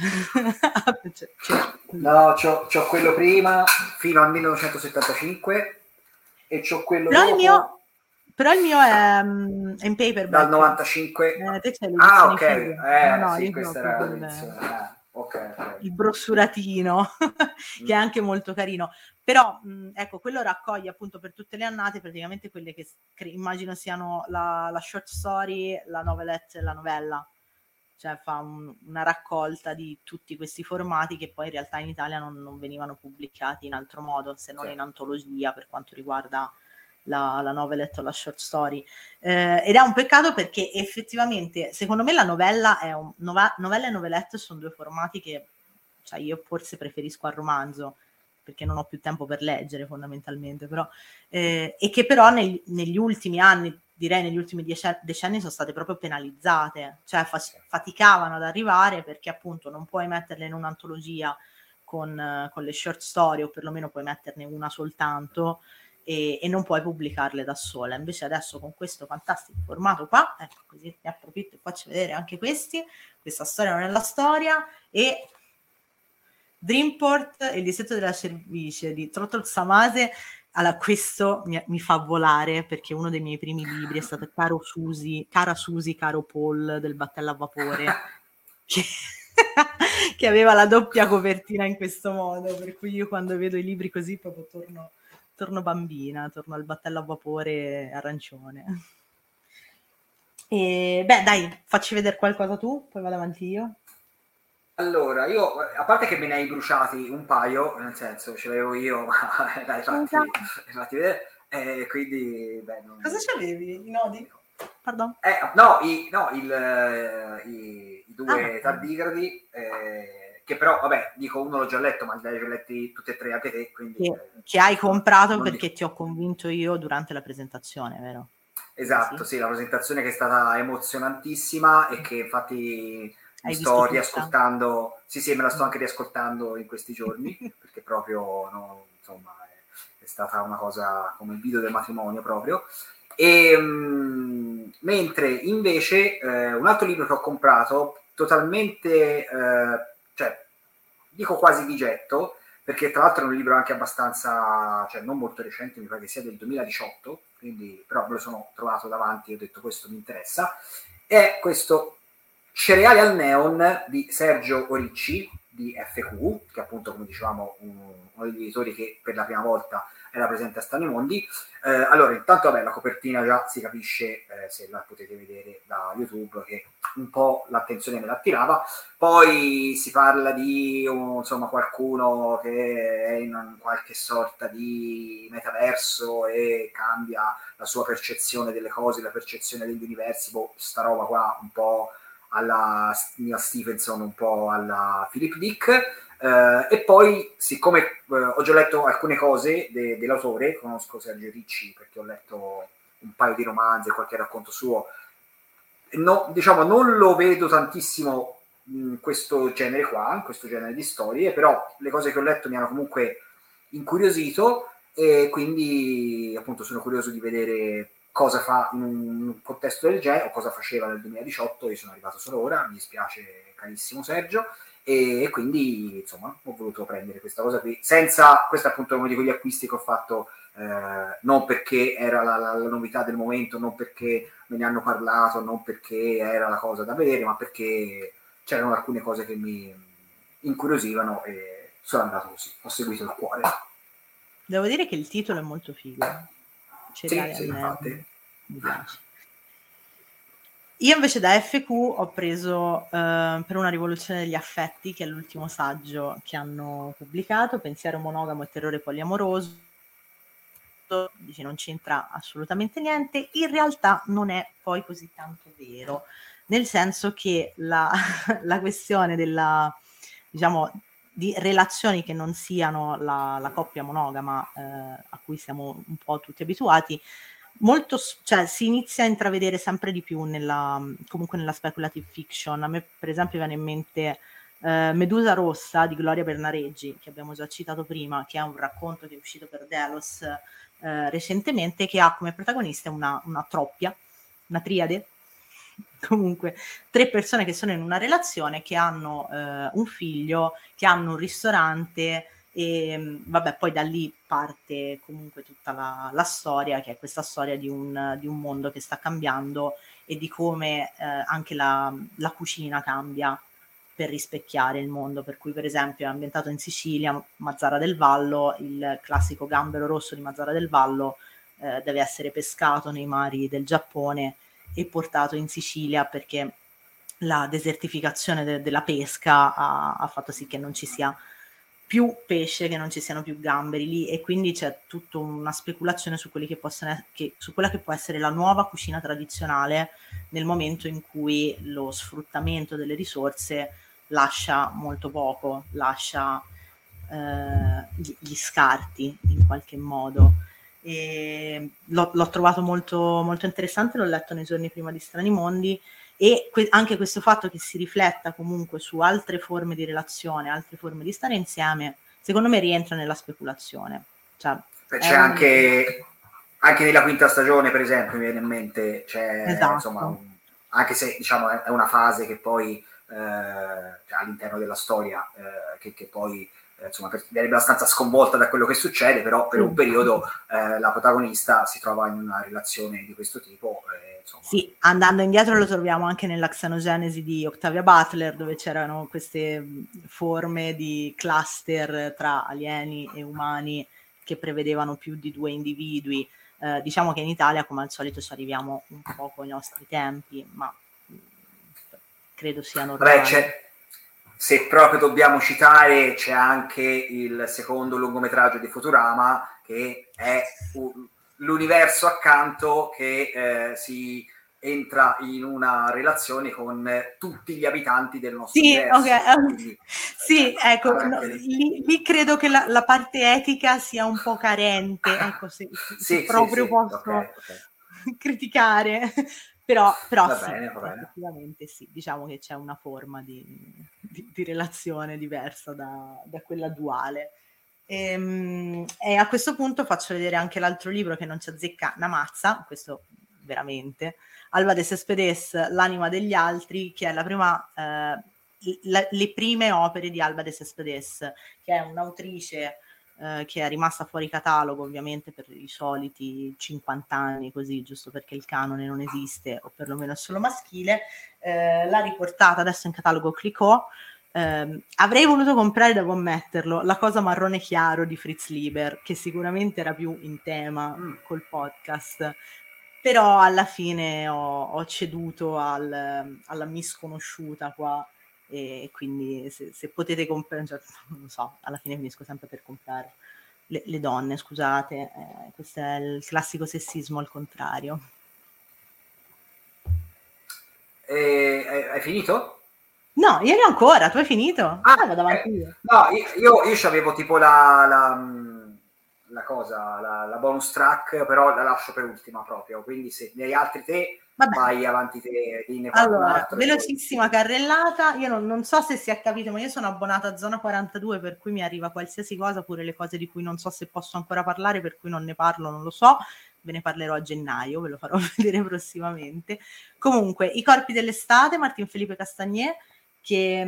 no, c'ho quello prima fino al 1975 e c'ho quello però dopo. Però il mio è in paperback. Dal 95. Te c'hai Ok, no, sì, questa era l'edizione. Okay. Il brossuratino, che è anche molto carino. Però, ecco, quello raccoglie appunto per tutte le annate praticamente quelle che immagino siano la short story, la novelette e la novella. Cioè fa una raccolta di tutti questi formati che poi in realtà in Italia non venivano pubblicati in altro modo, se non in antologia, per quanto riguarda la novelette o la short story. Ed è un peccato perché effettivamente, secondo me, la novella è novella e novelette sono due formati che, cioè, io forse preferisco al romanzo, perché non ho più tempo per leggere fondamentalmente, però, e che però negli ultimi anni, direi negli ultimi decenni, sono state proprio penalizzate, cioè faticavano ad arrivare perché appunto non puoi metterle in un'antologia con le short story, o perlomeno puoi metterne una soltanto, e non puoi pubblicarle da sola. Invece adesso con questo fantastico formato qua, ecco, così ne approfitto e faccio vedere anche questa storia non è la storia, e Dreamport e il distretto della cervice di Trotol Samase. Allora, questo mi fa volare, perché uno dei miei primi libri è stato Cara Susi, Caro Paul del battello a vapore, che aveva la doppia copertina in questo modo, per cui io quando vedo i libri così proprio torno bambina, torno al battello a vapore arancione. E beh, dai, facci vedere qualcosa tu, poi vado avanti io. Allora, io, a parte che me ne hai bruciati un paio, nel senso, ce l'avevo io, ma dai, fatti vedere, quindi, beh, Cosa c'avevi? I nodi? Pardon? No, i due tardigradi, che però, vabbè, dico, uno l'ho già letto, ma li hai già letti tutti e tre anche te, quindi... Che hai comprato perché ti ho convinto io durante la presentazione, vero? Esatto, sì, la presentazione che è stata emozionantissima e che infatti mi sto riascoltando, sì, me la sto anche riascoltando in questi giorni, perché proprio, no, insomma, è stata una cosa come il video del matrimonio proprio. E mentre invece un altro libro che ho comprato, totalmente, cioè, dico quasi di getto, perché tra l'altro è un libro anche abbastanza, cioè non molto recente, mi pare che sia del 2018, quindi però me lo sono trovato davanti e ho detto questo mi interessa, è questo Cereali al Neon di Sergio Oricci di FQ, che appunto, come dicevamo, uno degli editori che per la prima volta era presente a Stanimondi. Allora, intanto, vabbè, la copertina già si capisce, se la potete vedere da YouTube, che un po' l'attenzione me l'attirava. Poi si parla di insomma qualcuno che è in qualche sorta di metaverso e cambia la sua percezione delle cose, la percezione degli universi, sta roba qua un po' alla Neil Stephenson, un po' alla Philip Dick. E poi, siccome ho già letto alcune cose dell'autore, conosco Sergio Ricci perché ho letto un paio di romanzi, qualche racconto suo. No, diciamo, non lo vedo tantissimo in questo genere qua, in questo genere di storie, però le cose che ho letto mi hanno comunque incuriosito e quindi appunto sono curioso di vedere cosa fa in un contesto del genere o cosa faceva nel 2018. Io sono arrivato solo ora, mi dispiace carissimo Sergio, e quindi insomma ho voluto prendere questa cosa qui senza, questo è appunto uno di quegli acquisti che ho fatto non perché era la novità del momento, non perché me ne hanno parlato, non perché era la cosa da vedere, ma perché c'erano alcune cose che mi incuriosivano e sono andato così, ho seguito il cuore. Devo dire che il titolo è molto figo. Sì, infatti. Mi piace. Io invece da FQ ho preso Per una rivoluzione degli affetti, che è l'ultimo saggio che hanno pubblicato, Pensiero monogamo e terrore poliamoroso. Dice non c'entra assolutamente niente, in realtà non è poi così tanto vero, nel senso che la questione della, diciamo, di relazioni che non siano la coppia monogama a cui siamo un po' tutti abituati, cioè si inizia a intravedere sempre di più comunque nella speculative fiction. A me per esempio viene in mente Medusa Rossa di Gloria Bernareggi, che abbiamo già citato prima, che è un racconto che è uscito per Delos recentemente, che ha come protagonista una troppia, una triade, comunque 3 persone che sono in una relazione, che hanno un figlio, che hanno un ristorante e vabbè, poi da lì parte comunque tutta la storia, che è questa storia di un mondo che sta cambiando e di come anche la cucina cambia per rispecchiare il mondo, per cui per esempio è ambientato in Sicilia, Mazara del Vallo, il classico gambero rosso di Mazara del Vallo deve essere pescato nei mari del Giappone e portato in Sicilia perché la desertificazione della pesca ha fatto sì che non ci sia più pesce, che non ci siano più gamberi lì, e quindi c'è tutta una speculazione su quelli su quella che può essere la nuova cucina tradizionale nel momento in cui lo sfruttamento delle risorse lascia molto poco, lascia gli scarti in qualche modo. E l'ho trovato molto, molto interessante, l'ho letto nei giorni prima di Strani Mondi, e anche questo fatto che si rifletta comunque su altre forme di relazione, altre forme di stare insieme, secondo me rientra nella speculazione. Cioè, c'è anche nella quinta stagione, per esempio, mi viene in mente, esatto. Insomma, anche se diciamo è una fase che poi all'interno della storia che poi insomma viene abbastanza sconvolta da quello che succede, però per un periodo la protagonista si trova in una relazione di questo tipo. Insomma. Sì, andando indietro lo troviamo anche nella Xenogenesi di Octavia Butler, dove c'erano queste forme di cluster tra alieni e umani che prevedevano più di 2 individui. Diciamo che in Italia, come al solito, ci arriviamo un po' con i nostri tempi, ma credo sia normale. Vabbè, se proprio dobbiamo citare, c'è anche il secondo lungometraggio di Futurama, che è l'universo accanto che si entra in una relazione con tutti gli abitanti del nostro universo. Okay. Quindi, sì, ecco, lì credo che la parte etica sia un po' carente, ecco, se proprio posso criticare. Però va sì, bene. effettivamente sì, diciamo che c'è una forma di relazione diversa da quella duale. E a questo punto faccio vedere anche l'altro libro che non ci azzecca una mazza, questo veramente, Alba de Céspedes, L'anima degli altri, che è la prima, le prime opere di Alba de Céspedes, che è un'autrice che è rimasta fuori catalogo ovviamente per i soliti 50 anni, così, giusto perché il canone non esiste, o perlomeno è solo maschile. L'ha riportata adesso in catalogo Clicquot. Avrei voluto comprare, devo ammetterlo, La cosa marrone chiaro di Fritz Lieber, che sicuramente era più in tema col podcast, però alla fine ho ceduto alla misconosciuta qua, e quindi se potete comprare, cioè, non lo so, alla fine finisco sempre per comprare le donne, scusate, questo è il classico sessismo al contrario. Hai finito? No, io ne ho ancora, tu hai finito? Vado avanti io. No, io c'avevo tipo la la cosa, la bonus track, però la lascio per ultima proprio, quindi se ne hai altri te, vai avanti te, allora, velocissima carrellata. Io non so se si è capito, ma io sono abbonata a Zona 42, per cui mi arriva qualsiasi cosa, pure le cose di cui non so se posso ancora parlare, per cui non ne parlo, non lo so, ve ne parlerò a gennaio, ve lo farò vedere prossimamente. Comunque, I corpi dell'estate, Martin Felipe Castagné, che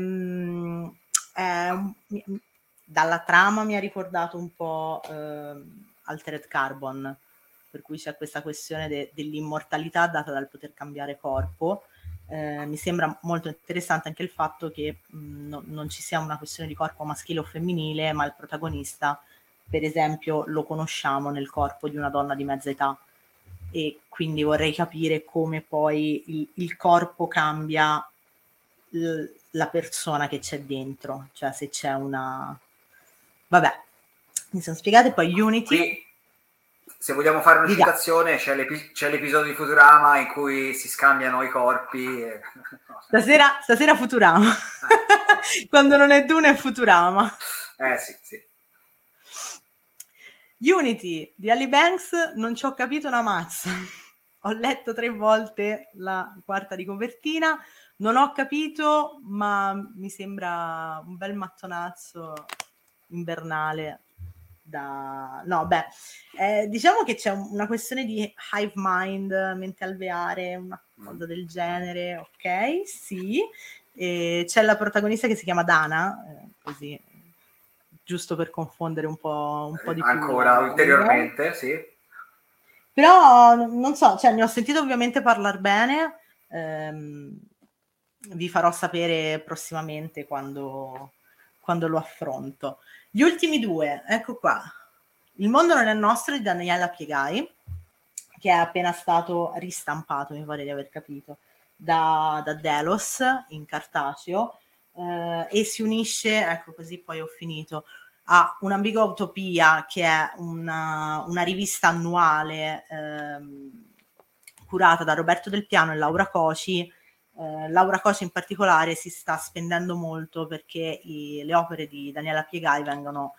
dalla trama mi ha ricordato un po' Altered Carbon, per cui c'è questa questione dell'immortalità data dal poter cambiare corpo. Mi sembra molto interessante anche il fatto che non ci sia una questione di corpo maschile o femminile, ma il protagonista, per esempio, lo conosciamo nel corpo di una donna di mezza età, e quindi vorrei capire come poi il corpo cambia la persona che c'è dentro, cioè se c'è una... Vabbè, mi sono spiegate. Poi Unity... Qui, se vogliamo fare una citazione, c'è l'episodio di Futurama in cui si scambiano i corpi. Stasera Futurama. Quando non è Dune è Futurama. Sì. Unity di Ali Banks, non ci ho capito una mazza. Ho letto 3 volte la quarta di copertina, non ho capito, ma mi sembra un bel mattonazzo invernale. Diciamo che c'è una questione di hive mind, mente alveare, una cosa del genere, ok? Sì. E c'è la protagonista che si chiama Dana, così, giusto per confondere un po' di più. Ancora ulteriormente, sì. Però non so, cioè ne ho sentito ovviamente parlare bene, vi farò sapere prossimamente quando lo affronto. Gli ultimi 2, ecco qua. Il mondo non è nostro di Daniela Piegai, che è appena stato ristampato, mi pare di aver capito, da Delos in cartaceo, e si unisce, ecco così poi ho finito, a Un'ambigua utopia, che è una rivista annuale curata da Roberto Del Piano e Laura Coci. Laura Coci in particolare si sta spendendo molto perché le opere di Daniela Piegai vengano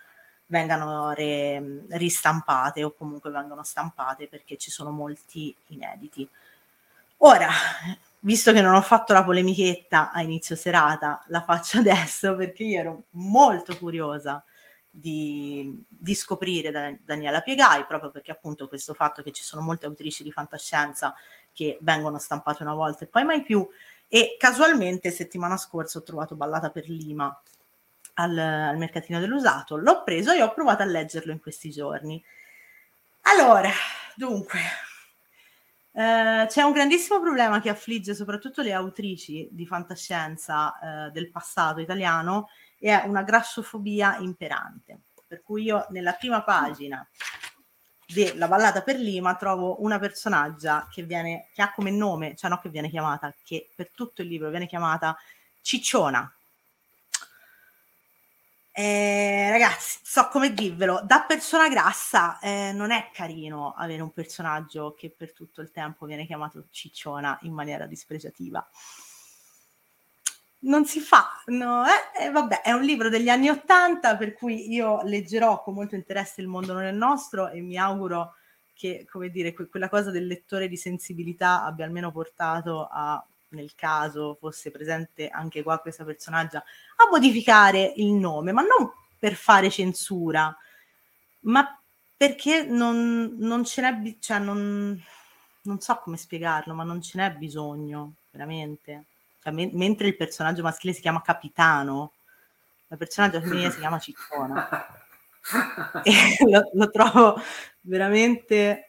ristampate, o comunque vengono stampate, perché ci sono molti inediti. Ora, visto che non ho fatto la polemichetta a inizio serata, la faccio adesso perché io ero molto curiosa di scoprire Daniela Piegai, proprio perché appunto questo fatto che ci sono molte autrici di fantascienza che vengono stampate una volta e poi mai più, e casualmente settimana scorsa ho trovato Ballata per Lima al mercatino dell'usato, l'ho preso e ho provato a leggerlo in questi giorni. Allora, dunque, c'è un grandissimo problema che affligge soprattutto le autrici di fantascienza del passato italiano, e è una grassofobia imperante, per cui io nella prima pagina della Ballata per Lima trovo una personaggia che ha come nome, cioè no, che viene chiamata, che per tutto il libro viene chiamata Cicciona. Ragazzi, so come dirvelo, da persona grassa non è carino avere un personaggio che per tutto il tempo viene chiamato Cicciona in maniera dispregiativa. Non si fa, no? Vabbè, è un libro degli anni '80, per cui io leggerò con molto interesse Il mondo non è nostro, e mi auguro che, come dire, quella cosa del lettore di sensibilità abbia almeno portato a, nel caso fosse presente anche qua questa personaggia, a modificare il nome, ma non per fare censura, ma perché non ce n'è, cioè non so come spiegarlo, ma non ce n'è bisogno, veramente. Cioè, mentre il personaggio maschile si chiama Capitano, la personaggio femminile si chiama Cicciona. E lo trovo veramente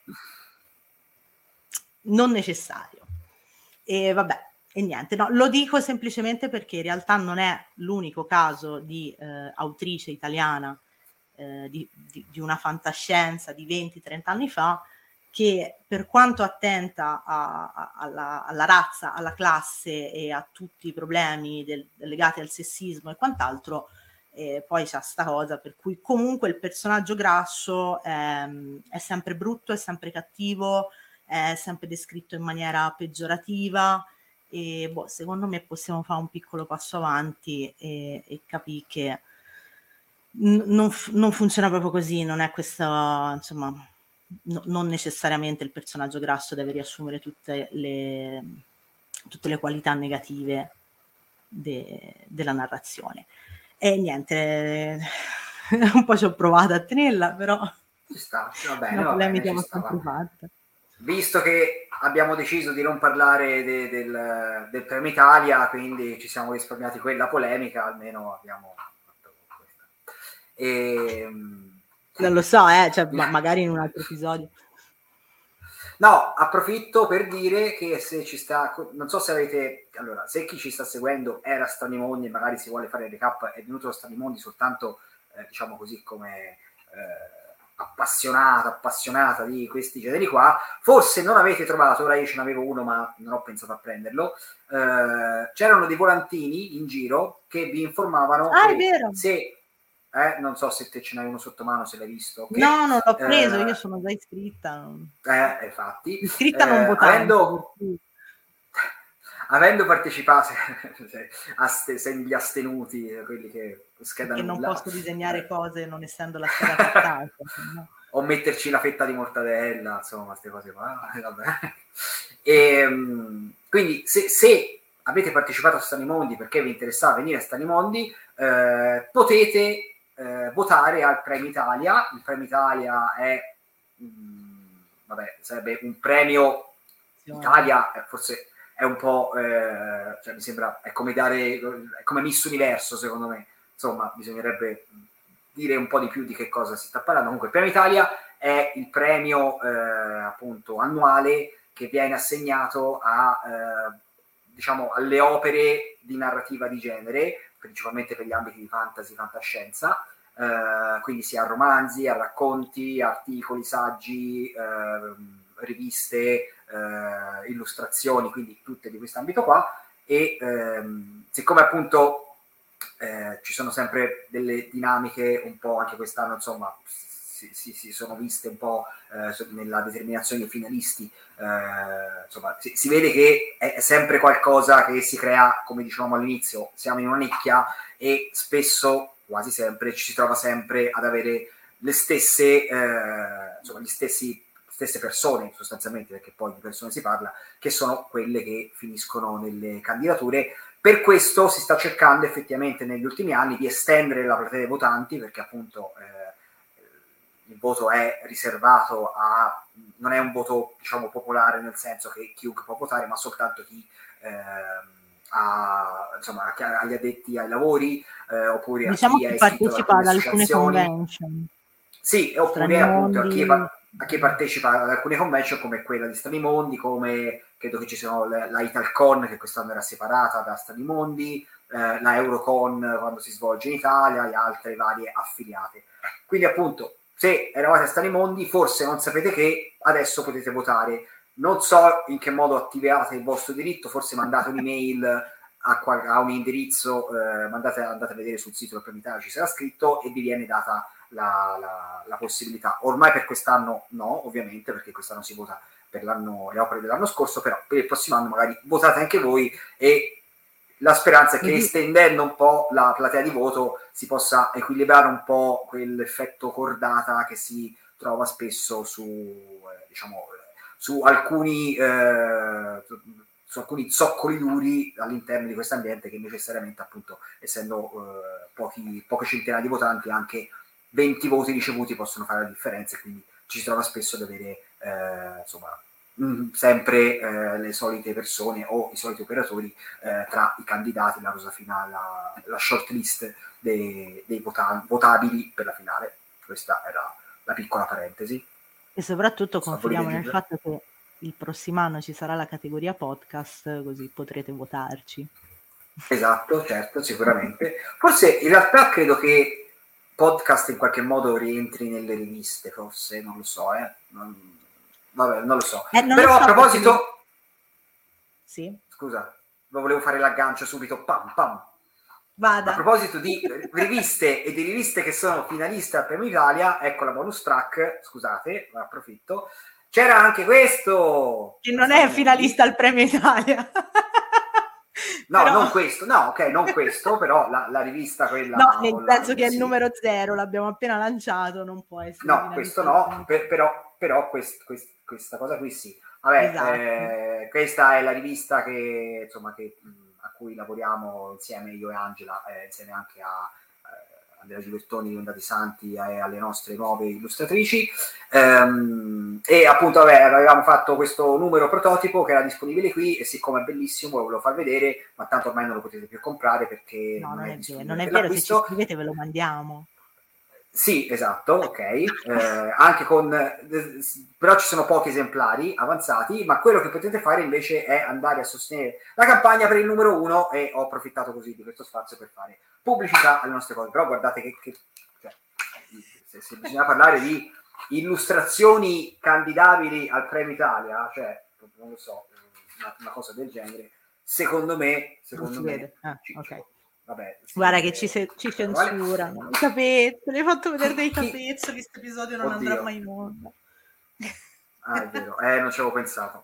non necessario. E vabbè, e niente, no, lo dico semplicemente perché in realtà non è l'unico caso di autrice italiana di una fantascienza di 20-30 anni fa, che per quanto attenta alla razza, alla classe e a tutti i problemi legati al sessismo e quant'altro, poi c'è sta cosa per cui comunque il personaggio grasso è sempre brutto, è sempre cattivo, è sempre descritto in maniera peggiorativa, e secondo me possiamo fare un piccolo passo avanti e capire che non funziona proprio così, non è questa, insomma, non necessariamente il personaggio grasso deve riassumere tutte le qualità negative della narrazione. E niente, un po' ci ho provato a tenerla, però ci sta, va bene, ci stava. Visto che abbiamo deciso di non parlare del Premio Italia, quindi ci siamo risparmiati quella polemica, almeno abbiamo fatto questa. Non lo so, cioè, magari in un altro episodio. No, approfitto per dire che se ci sta, non so se avete, allora, se chi ci sta seguendo era Stranimondi e magari si vuole fare il recap, è venuto Stranimondi soltanto, diciamo così, come appassionata di questi generi qua, forse non avete trovato, ora io ce n'avevo uno ma non ho pensato a prenderlo, c'erano dei volantini in giro che vi informavano che se... non so se te ce n'hai uno sotto mano, se l'hai visto. Okay. No, non l'ho preso, io sono già iscritta. Infatti. Iscritta non votante. Avendo partecipato, sei gli astenuti, quelli che schedano che non nulla. Posso disegnare cose non essendo la scheda cartacea. No? O metterci la fetta di mortadella, insomma, queste cose qua. Vabbè. Quindi se avete partecipato a Stranimondi perché vi interessava venire a Stranimondi, potete votare al Premio Italia. Il Premio Italia è sarebbe un premio Italia, forse è un po' cioè mi sembra è come Miss Universo, secondo me, insomma bisognerebbe dire un po' di più di che cosa si sta parlando. Comunque il Premio Italia è il premio appunto annuale che viene assegnato a diciamo alle opere di narrativa di genere, principalmente per gli ambiti di fantasy, fantascienza, quindi sia a romanzi, a racconti, articoli, saggi, riviste, illustrazioni, quindi tutte di questo ambito qua. E siccome appunto ci sono sempre delle dinamiche un po' anche quest'anno, insomma, si sono viste un po' nella determinazione dei finalisti, insomma, si vede che è sempre qualcosa che si crea, come dicevamo all'inizio, siamo in una nicchia e spesso, quasi sempre, ci si trova sempre ad avere le stesse, insomma, stesse persone sostanzialmente, perché poi di persone si parla, che sono quelle che finiscono nelle candidature. Per questo si sta cercando effettivamente negli ultimi anni di estendere la platea dei votanti, perché appunto il voto è riservato non è un voto diciamo popolare, nel senso che chiunque può votare, ma soltanto chi insomma, agli addetti ai lavori, oppure diciamo a chi partecipa ad alcune convention. Sì, oppure appunto a chi partecipa ad alcune convention come quella di Stranimondi, come credo che ci siano la Italcon, che quest'anno era separata da Stranimondi, la Eurocon quando si svolge in Italia e altre varie affiliate. Quindi appunto se eravate a Stranimondi forse non sapete che adesso potete votare. Non so in che modo attivate il vostro diritto, forse mandate un'email a un indirizzo, andate a vedere sul sito del Premio Italia, ci sarà scritto e vi viene data la possibilità. Ormai per quest'anno no, ovviamente, perché quest'anno si vota per le opere dell'anno scorso, però per il prossimo anno magari votate anche voi, e la speranza è che estendendo un po' la platea di voto si possa equilibrare un po' quell'effetto cordata che si trova spesso su alcuni zoccoli duri all'interno di questo ambiente, che necessariamente appunto essendo poche centinaia di votanti, anche 20 voti ricevuti possono fare la differenza, e quindi ci si trova spesso ad avere sempre le solite persone o i soliti operatori tra i candidati, la rosa finale, la short list dei votabili per la finale. Questa era la piccola parentesi. E soprattutto confidiamo nel fatto che il prossimo anno ci sarà la categoria podcast, così potrete votarci. Esatto, certo, sicuramente. Forse in realtà credo che podcast in qualche modo rientri nelle riviste, forse, non lo so, vabbè, non lo so. Però a proposito... Sì? Scusa, volevo fare l'aggancio subito, pam. Vada. A proposito di riviste e di riviste che sono finaliste al Premio Italia, ecco la bonus track, scusate, approfitto. C'era anche questo! Che non è finalista al Premio Italia. No, però... non questo, no, ok, non questo, però la rivista quella... No, nel senso che è il sì. numero 0, l'abbiamo appena lanciato, non può essere No, questo no, però questa cosa qui sì. Vabbè, Esatto. questa è la rivista che, insomma, a cui lavoriamo insieme io e Angela, insieme anche a Andrea Gibertoni, Diventati Santi, e alle nostre nuove illustratrici. E appunto avevamo fatto questo numero prototipo che era disponibile qui, e siccome è bellissimo lo volevo far vedere, ma tanto ormai non lo potete più comprare perché No, non è vero, disponibile non è per vero, se ci l'acquisto. scrivete ve lo mandiamo. Sì, esatto, ok. Anche con... però ci sono pochi esemplari avanzati, ma quello che potete fare invece è andare a sostenere la campagna per il numero 1, e ho approfittato così di questo spazio per fare pubblicità alle nostre cose. Però guardate cioè, se bisogna parlare di illustrazioni candidabili al Premio Italia, cioè, non lo so, una cosa del genere, secondo me Vede. Ok. Vabbè, guarda che ci censurano i capezzoli, hai fatto vedere dei capezzoli, questo episodio non andrà mai in onda. Ah, è vero, non ci avevo pensato.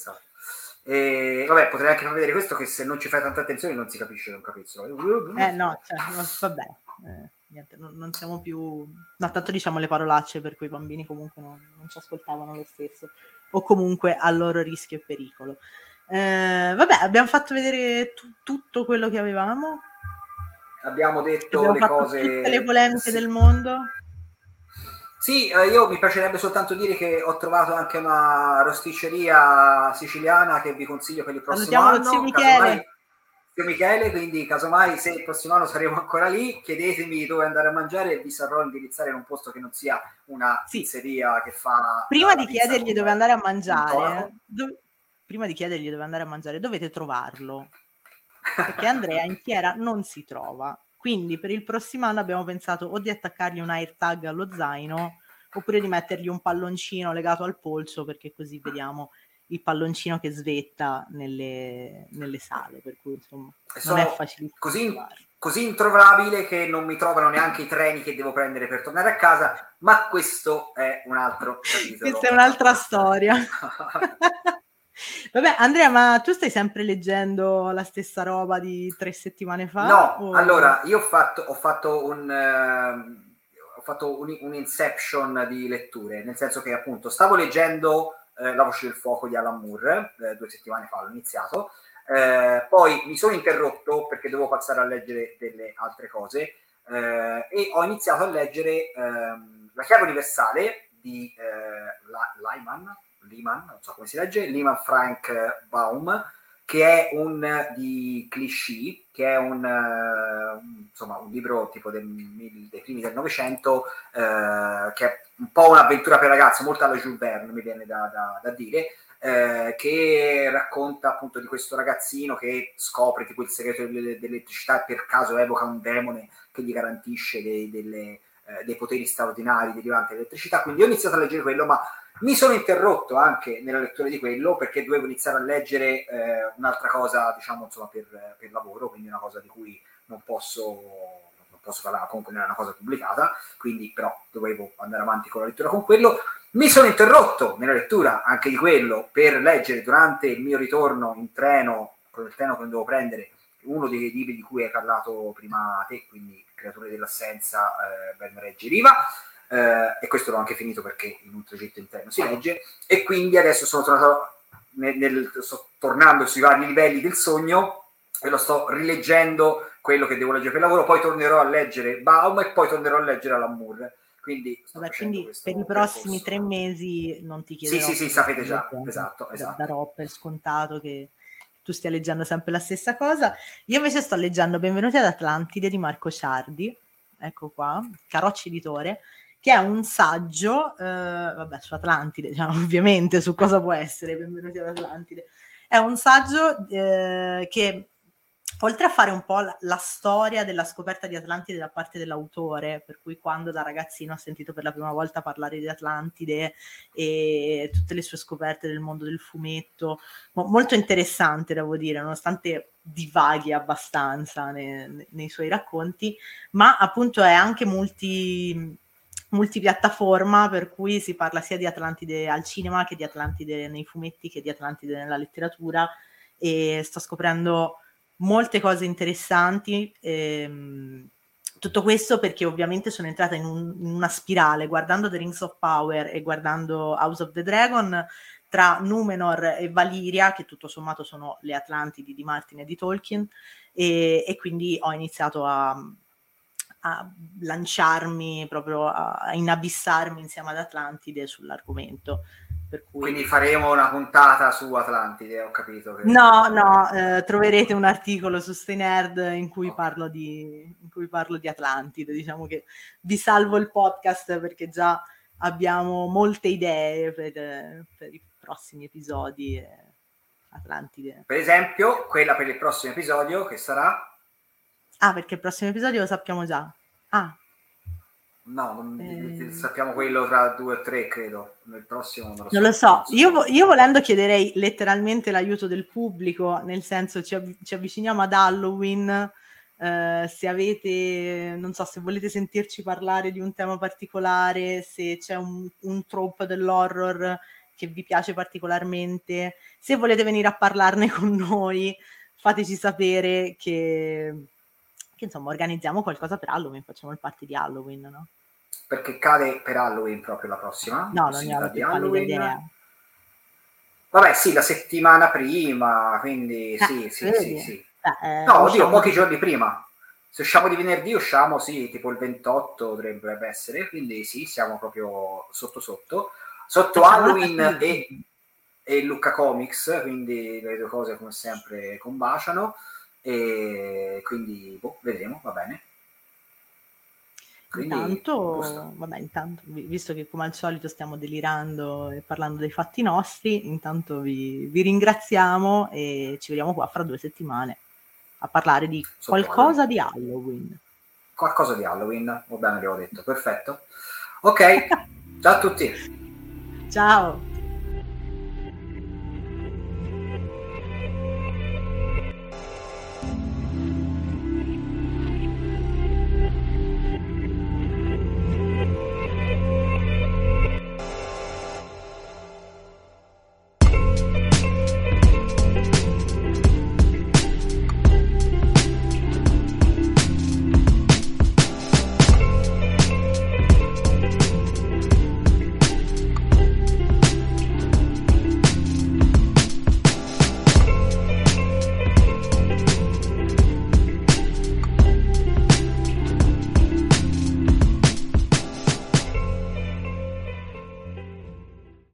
E vabbè, potrei anche far vedere questo, che se non ci fai tanta attenzione non si capisce che è un capezzolo. No, cioè, vabbè, niente, non siamo più... No, tanto diciamo le parolacce, per cui i bambini comunque non ci ascoltavano lo stesso, o comunque a loro rischio e pericolo. Vabbè, abbiamo fatto vedere tutto quello che avevamo. Abbiamo detto abbiamo le fatto cose... tutte le polemiche del mondo. Sì, io mi piacerebbe soltanto dire che ho trovato anche una rosticceria siciliana che vi consiglio per il prossimo Salutiamo anno. lo zio Michele. Zio Michele, quindi casomai se il prossimo anno saremo ancora lì, chiedetemi dove andare a mangiare e vi saprò indirizzare in un posto che non sia una pizzeria che fa... Prima di chiedergli dove andare a mangiare, dovete trovarlo. Perché Andrea in fiera non si trova. Quindi per il prossimo anno abbiamo pensato o di attaccargli un AirTag allo zaino oppure di mettergli un palloncino legato al polso, perché così vediamo il palloncino che svetta nelle sale, per cui insomma non è facilissimo. Così introvabile che non mi trovano neanche i treni che devo prendere per tornare a casa, ma questo è un altro capitolo. Questa è un'altra storia. Vabbè, Andrea, ma tu stai sempre leggendo la stessa roba di 3 settimane fa? No, allora, io ho fatto un inception di letture, nel senso che appunto stavo leggendo La voce del fuoco di Alan Moore, 2 settimane fa l'ho iniziato, poi mi sono interrotto perché dovevo passare a leggere delle altre cose, e ho iniziato a leggere La chiave universale di Lyman, non so come si legge, Lyman Frank Baum, che è un di Clichy, che è un libro tipo dei primi del Novecento, che è un po' un'avventura per ragazzi, molto alla Jules Verne, mi viene da dire, che racconta appunto di questo ragazzino che scopre tipo il segreto dell'elettricità e per caso evoca un demone che gli garantisce dei poteri straordinari derivanti dall'elettricità. Quindi ho iniziato a leggere quello, ma mi sono interrotto anche nella lettura di quello perché dovevo iniziare a leggere un'altra cosa, diciamo, insomma, per lavoro, quindi una cosa di cui non posso parlare, comunque non è una cosa pubblicata, quindi però dovevo andare avanti con la lettura con quello. Mi sono interrotto nella lettura anche di quello per leggere durante il mio ritorno in treno, con il treno che dovevo prendere, uno dei libri di cui hai parlato prima te, quindi Creature dell'assenza, Bermereggi e Riva. E questo l'ho anche finito perché in un tragitto interno si legge, e quindi adesso sono tornato sto tornando sui vari livelli del sogno e lo sto rileggendo quello che devo leggere per lavoro, poi tornerò a leggere Baum e poi tornerò a leggere Alan Moore, quindi quindi per i prossimi 3 mesi non ti chiederò. Sì, sapete già, esatto. Darò per scontato che tu stia leggendo sempre la stessa cosa. Io invece sto leggendo Benvenuti ad Atlantide di Marco Ciardi, ecco qua, Carocci Editore, che è un saggio, su Atlantide, diciamo, ovviamente, su cosa può essere Benvenuti ad Atlantide. È un saggio che, oltre a fare un po' la storia della scoperta di Atlantide da parte dell'autore, per cui quando da ragazzino ho sentito per la prima volta parlare di Atlantide e tutte le sue scoperte del mondo del fumetto, molto interessante, devo dire, nonostante divaghi abbastanza nei suoi racconti, ma appunto è anche multipiattaforma, per cui si parla sia di Atlantide al cinema che di Atlantide nei fumetti che di Atlantide nella letteratura, e sto scoprendo molte cose interessanti. Tutto questo perché ovviamente sono entrata in una spirale guardando The Rings of Power e guardando House of the Dragon, tra Numenor e Valiria, che tutto sommato sono le Atlantidi di Martin e di Tolkien, e quindi ho iniziato a lanciarmi proprio, a inabissarmi insieme ad Atlantide sull'argomento. Per cui... Quindi faremo una puntata su Atlantide, ho capito. Che... No, troverete un articolo su Stay Nerd in cui parlo di Atlantide. Diciamo che vi salvo il podcast perché già abbiamo molte idee per i prossimi episodi. Atlantide. Per esempio, quella per il prossimo episodio che sarà? Ah, perché il prossimo episodio lo sappiamo già. Ah. No, sappiamo quello tra 2 o 3, credo. Nel prossimo non lo so. Io volendo chiederei letteralmente l'aiuto del pubblico, nel senso ci avviciniamo ad Halloween, se avete, non so, se volete sentirci parlare di un tema particolare, se c'è un trope dell'horror che vi piace particolarmente, se volete venire a parlarne con noi, fateci sapere che insomma organizziamo qualcosa per Halloween, facciamo il party di Halloween, no? Perché cade per Halloween proprio la prossima? No, non ne ho la più pallida idea. Vabbè, sì, la settimana prima, quindi sì. No, oddio, pochi giorni prima. Se usciamo di venerdì, usciamo, sì, tipo il 28 dovrebbe essere, quindi sì, siamo proprio sotto Halloween e Lucca Comics, quindi le due cose come sempre combaciano, e quindi vedremo, va bene. Quindi, intanto, visto che come al solito stiamo delirando e parlando dei fatti nostri, intanto vi ringraziamo e ci vediamo qua fra 2 settimane a parlare di qualcosa di Halloween. Qualcosa di Halloween, va bene, abbiamo detto, perfetto. Ok, ciao a tutti. Ciao.